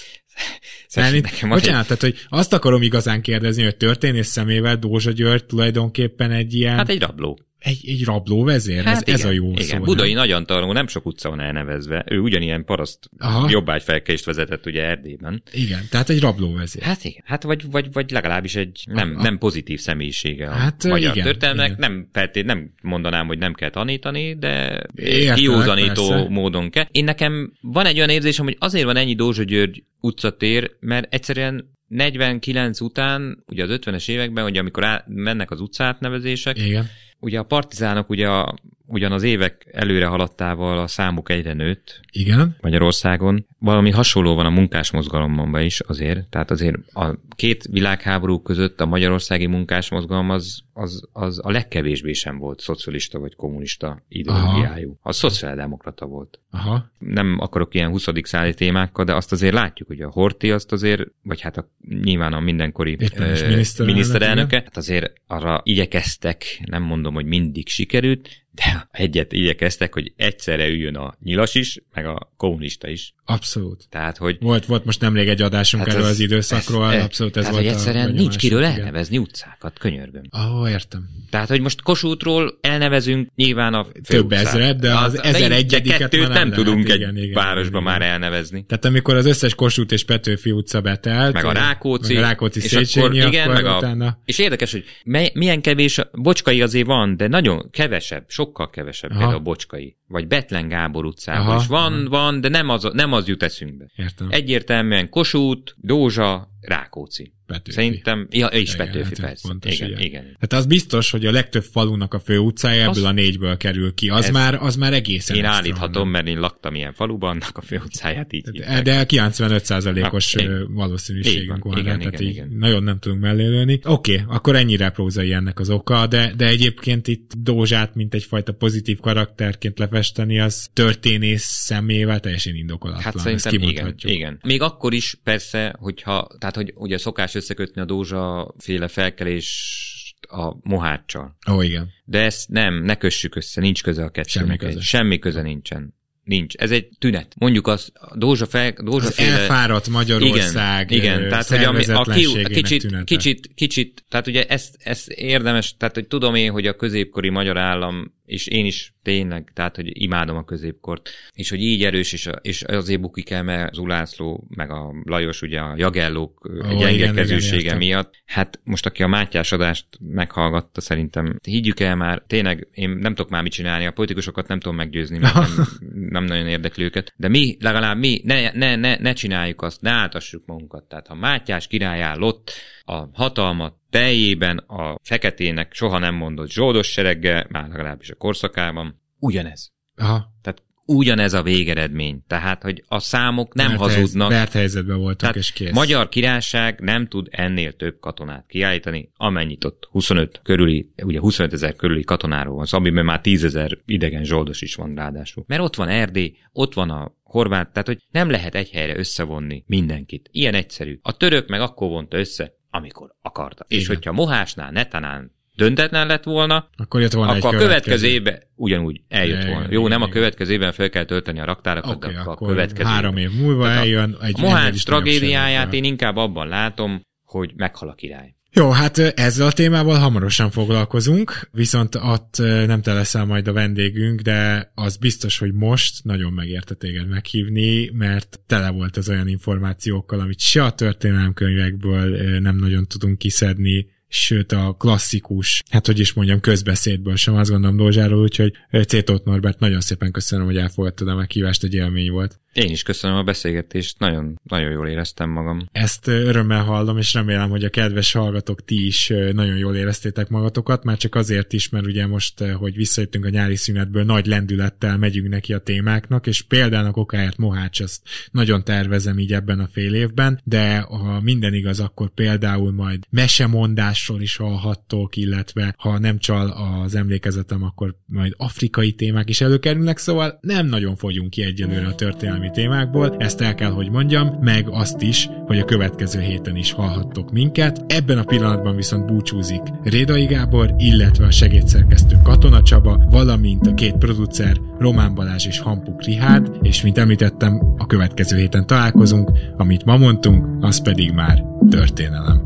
[SPEAKER 4] Bocsánat, tehát, hogy azt akarom igazán kérdezni, hogy történész szemével Dózsa György tulajdonképpen egy ilyen...
[SPEAKER 5] Hát egy rabló.
[SPEAKER 4] Egy rablóvezér? Hát ez a jó szó.
[SPEAKER 5] Budai Nagyantaló nem sok utca van elnevezve. Ő ugyanilyen paraszt jobbágyfelkelést vezetett ugye Erdélyben.
[SPEAKER 4] Igen, tehát egy rablóvezér.
[SPEAKER 5] Hát igen. Hát vagy legalábbis egy nem pozitív személyisége a magyar történelmnek. Nem mondanám, hogy nem kell tanítani, de kiúzanító módon kell. Én nekem van egy olyan érzésem, hogy azért van ennyi Dózsa György utcatér, mert egyszerűen 49 után, ugye az 50-es években, ugye amikor mennek az utcátnevezések, igen. Ugye a partizánok ugyan az évek előre haladtával a számuk egyre nőtt. Igen. Magyarországon. Valami hasonló van a munkásmozgalomban is azért. Tehát azért a két világháború között a magyarországi munkásmozgalom az a legkevésbé sem volt szocialista vagy kommunista ideológiájú. Az szociáldemokrata volt. Aha. Nem akarok ilyen 20. századi témákkal, de azt azért látjuk, hogy a Horthy azt azért, vagy hát nyilván a mindenkori miniszterelnöke, hát azért arra igyekeztek, nem mondom, hogy mindig sikerült, de egyet igyekeztek, hogy egyszerre üljön a nyilas is, meg a kommunista is.
[SPEAKER 4] Abszolút.
[SPEAKER 5] Tehát, hogy...
[SPEAKER 4] Volt most nemrég egy adásunk erről az időszakról, abszolút ez volt.
[SPEAKER 5] Tehát, hogy egyszerűen nincs kiről elnevezni utcákat, könyörgöm.
[SPEAKER 4] Értem.
[SPEAKER 5] Tehát, hogy most Kossuthról elnevezünk nyilván a
[SPEAKER 4] több ezred, de az 1001-et
[SPEAKER 5] nem tudunk egy városban már elnevezni.
[SPEAKER 4] Tehát amikor az összes Kossuth és Petőfi utca betelt,
[SPEAKER 5] meg a Rákóczi
[SPEAKER 4] Széchenyi, akkor utána...
[SPEAKER 5] És érdekes, hogy milyen kevés, Bocskai azért van, de nagyon kevesebb, sokkal kevesebb például a Bocskai. Vagy Bethlen Gábor utcában is van, de nem az jut eszünkbe.
[SPEAKER 4] Értem.
[SPEAKER 5] Egyértelműen Kossuth, Dózsa, Rákóczi.
[SPEAKER 4] Petőfi.
[SPEAKER 5] Szerintem, és Petőfi, persze. Igen.
[SPEAKER 4] Hát az biztos, hogy a legtöbb falunak a fő utcája ebből a 4-ből kerül ki. Az már egészen
[SPEAKER 5] én állíthatom, mert én laktam ilyen faluban, annak a fő utcáját így.
[SPEAKER 4] De 95%-os valószínűségünk van. Igen. Nagyon nem tudunk mellélőni. Oké, akkor ennyire prózai ennek az oka, de egyébként itt Dózsát, mint egyfajta pozitív karakterként lefesteni, az történész szemével teljesen indokolatlan.
[SPEAKER 5] Hát szerintem igen. Még akkor is persze, tehát hogy ugye szokás összekötni a Dózsa féle felkelést a Moháccsal.
[SPEAKER 4] Igen.
[SPEAKER 5] De ezt ne kössük össze, nincs köze a kettőnek. Semmi köze nincsen. Nincs. Ez egy tünet. Mondjuk az Dózsa
[SPEAKER 4] az féle... elfáradt Magyarország
[SPEAKER 5] igen. Tehát, hogy kicsit, tehát ugye ezt érdemes, tehát hogy tudom én, hogy a középkori magyar állam, és én is tényleg, tehát hogy imádom a középkort, és hogy így erős, és azért bukik el, mert az Ulászló, meg a Lajos, ugye a Jagellók gyengekezősége miatt. Hát most aki a Mátyás adást meghallgatta, szerintem higgyük el már, tényleg én nem tudok már mit csinálni, a politikusokat nem tudom meggyőzni, mert nem nagyon érdekli őket, de legalább mi ne csináljuk azt, ne áltassuk magunkat. Tehát ha Mátyás király áll ott, a hatalmat teljében a feketének soha nem mondott zsoldos sereggel, már legalábbis a korszakában, ugyanez. Tehát ugyanez a végeredmény. Tehát, hogy a számok nem hazudnak.
[SPEAKER 4] Vert helyzetben voltak, és kész.
[SPEAKER 5] Magyar Királyság nem tud ennél több katonát kiállítani, amennyit ott 25 000 körüli katonáról van, amiben már 10 000 idegen zsoldos is van ráadásul. Mert ott van Erdély, ott van a horvát, tehát, hogy nem lehet egy helyre összevonni mindenkit. Ilyen egyszerű. A török meg akkor vonta össze, amikor akarta. Igen. És hogyha Mohásnál netán döntetlen lett volna,
[SPEAKER 4] akkor jött volna
[SPEAKER 5] akkor a következő évben ugyanúgy eljött volna. Jó, nem a következő évben fel kell tölteni a raktárakat, de a következő
[SPEAKER 4] 3 év múlva eljön.
[SPEAKER 5] A Mohács tragédiáját én inkább abban látom, hogy meghal a király.
[SPEAKER 4] Jó, hát ezzel a témával hamarosan foglalkozunk, viszont ott nem te leszel majd a vendégünk, de az biztos, hogy most nagyon megérte téged meghívni, mert tele volt az olyan információkkal, amit se a történelemkönyvekből nem nagyon tudunk kiszedni, sőt a klasszikus, hát hogy is mondjam, közbeszédből sem, azt gondolom Dózsáról, úgyhogy C. Tóth Norbert, nagyon szépen köszönöm, hogy elfogadtad a meghívást, egy élmény volt.
[SPEAKER 5] Én is köszönöm a beszélgetést, nagyon, nagyon jól éreztem magam.
[SPEAKER 4] Ezt örömmel hallom, és remélem, hogy a kedves hallgatók ti is nagyon jól éreztétek magatokat, már csak azért is, mert ugye most, hogy visszajöttünk a nyári szünetből, nagy lendülettel megyünk neki a témáknak, és például okáért Mohács, azt nagyon tervezem így ebben a fél évben, de ha minden igaz, akkor például majd mesemondásról is hallhattok, illetve ha nem csal az emlékezetem, akkor majd afrikai témák is előkerülnek, szóval nem nagyon fogyunk ki egyelőre a történelmi témákból, ezt el kell, hogy mondjam, meg azt is, hogy a következő héten is hallhattok minket. Ebben a pillanatban viszont búcsúzik Rédai Gábor, illetve a segédszerkesztő Katona Csaba, valamint a két producer Román Balázs és Hampuk Rihárd, és mint említettem, a következő héten találkozunk, amit ma mondtunk, az pedig már történelem.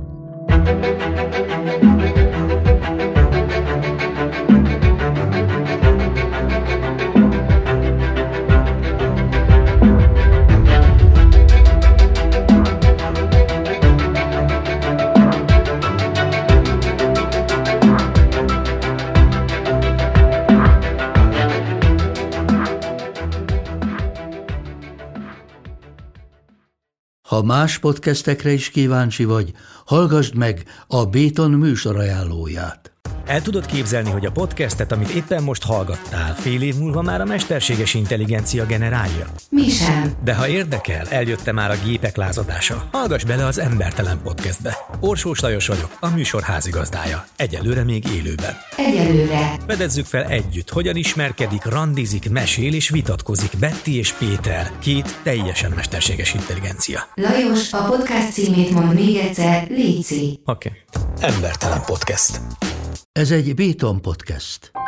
[SPEAKER 1] Ha más podcastekre is kíváncsi vagy, hallgassd meg a Béton műsor ajánlóját.
[SPEAKER 6] El tudod képzelni, hogy a podcastet, amit éppen most hallgattál, fél év múlva már a mesterséges intelligencia generálja?
[SPEAKER 7] Mi sem.
[SPEAKER 6] De ha érdekel, eljött már a gépek lázadása. Hallgass bele az Embertelen Podcastbe. Orsós Lajos vagyok, a műsor házigazdája. Egyelőre még élőben.
[SPEAKER 7] Egyelőre.
[SPEAKER 6] Fedezzük fel együtt, hogyan ismerkedik, randizik, mesél és vitatkozik Betty és Péter, két teljesen mesterséges intelligencia.
[SPEAKER 7] Lajos, a podcast címét mondd még egyszer, léci.
[SPEAKER 6] Oké. Embertelen Podcast.
[SPEAKER 1] Ez egy Béton podcast.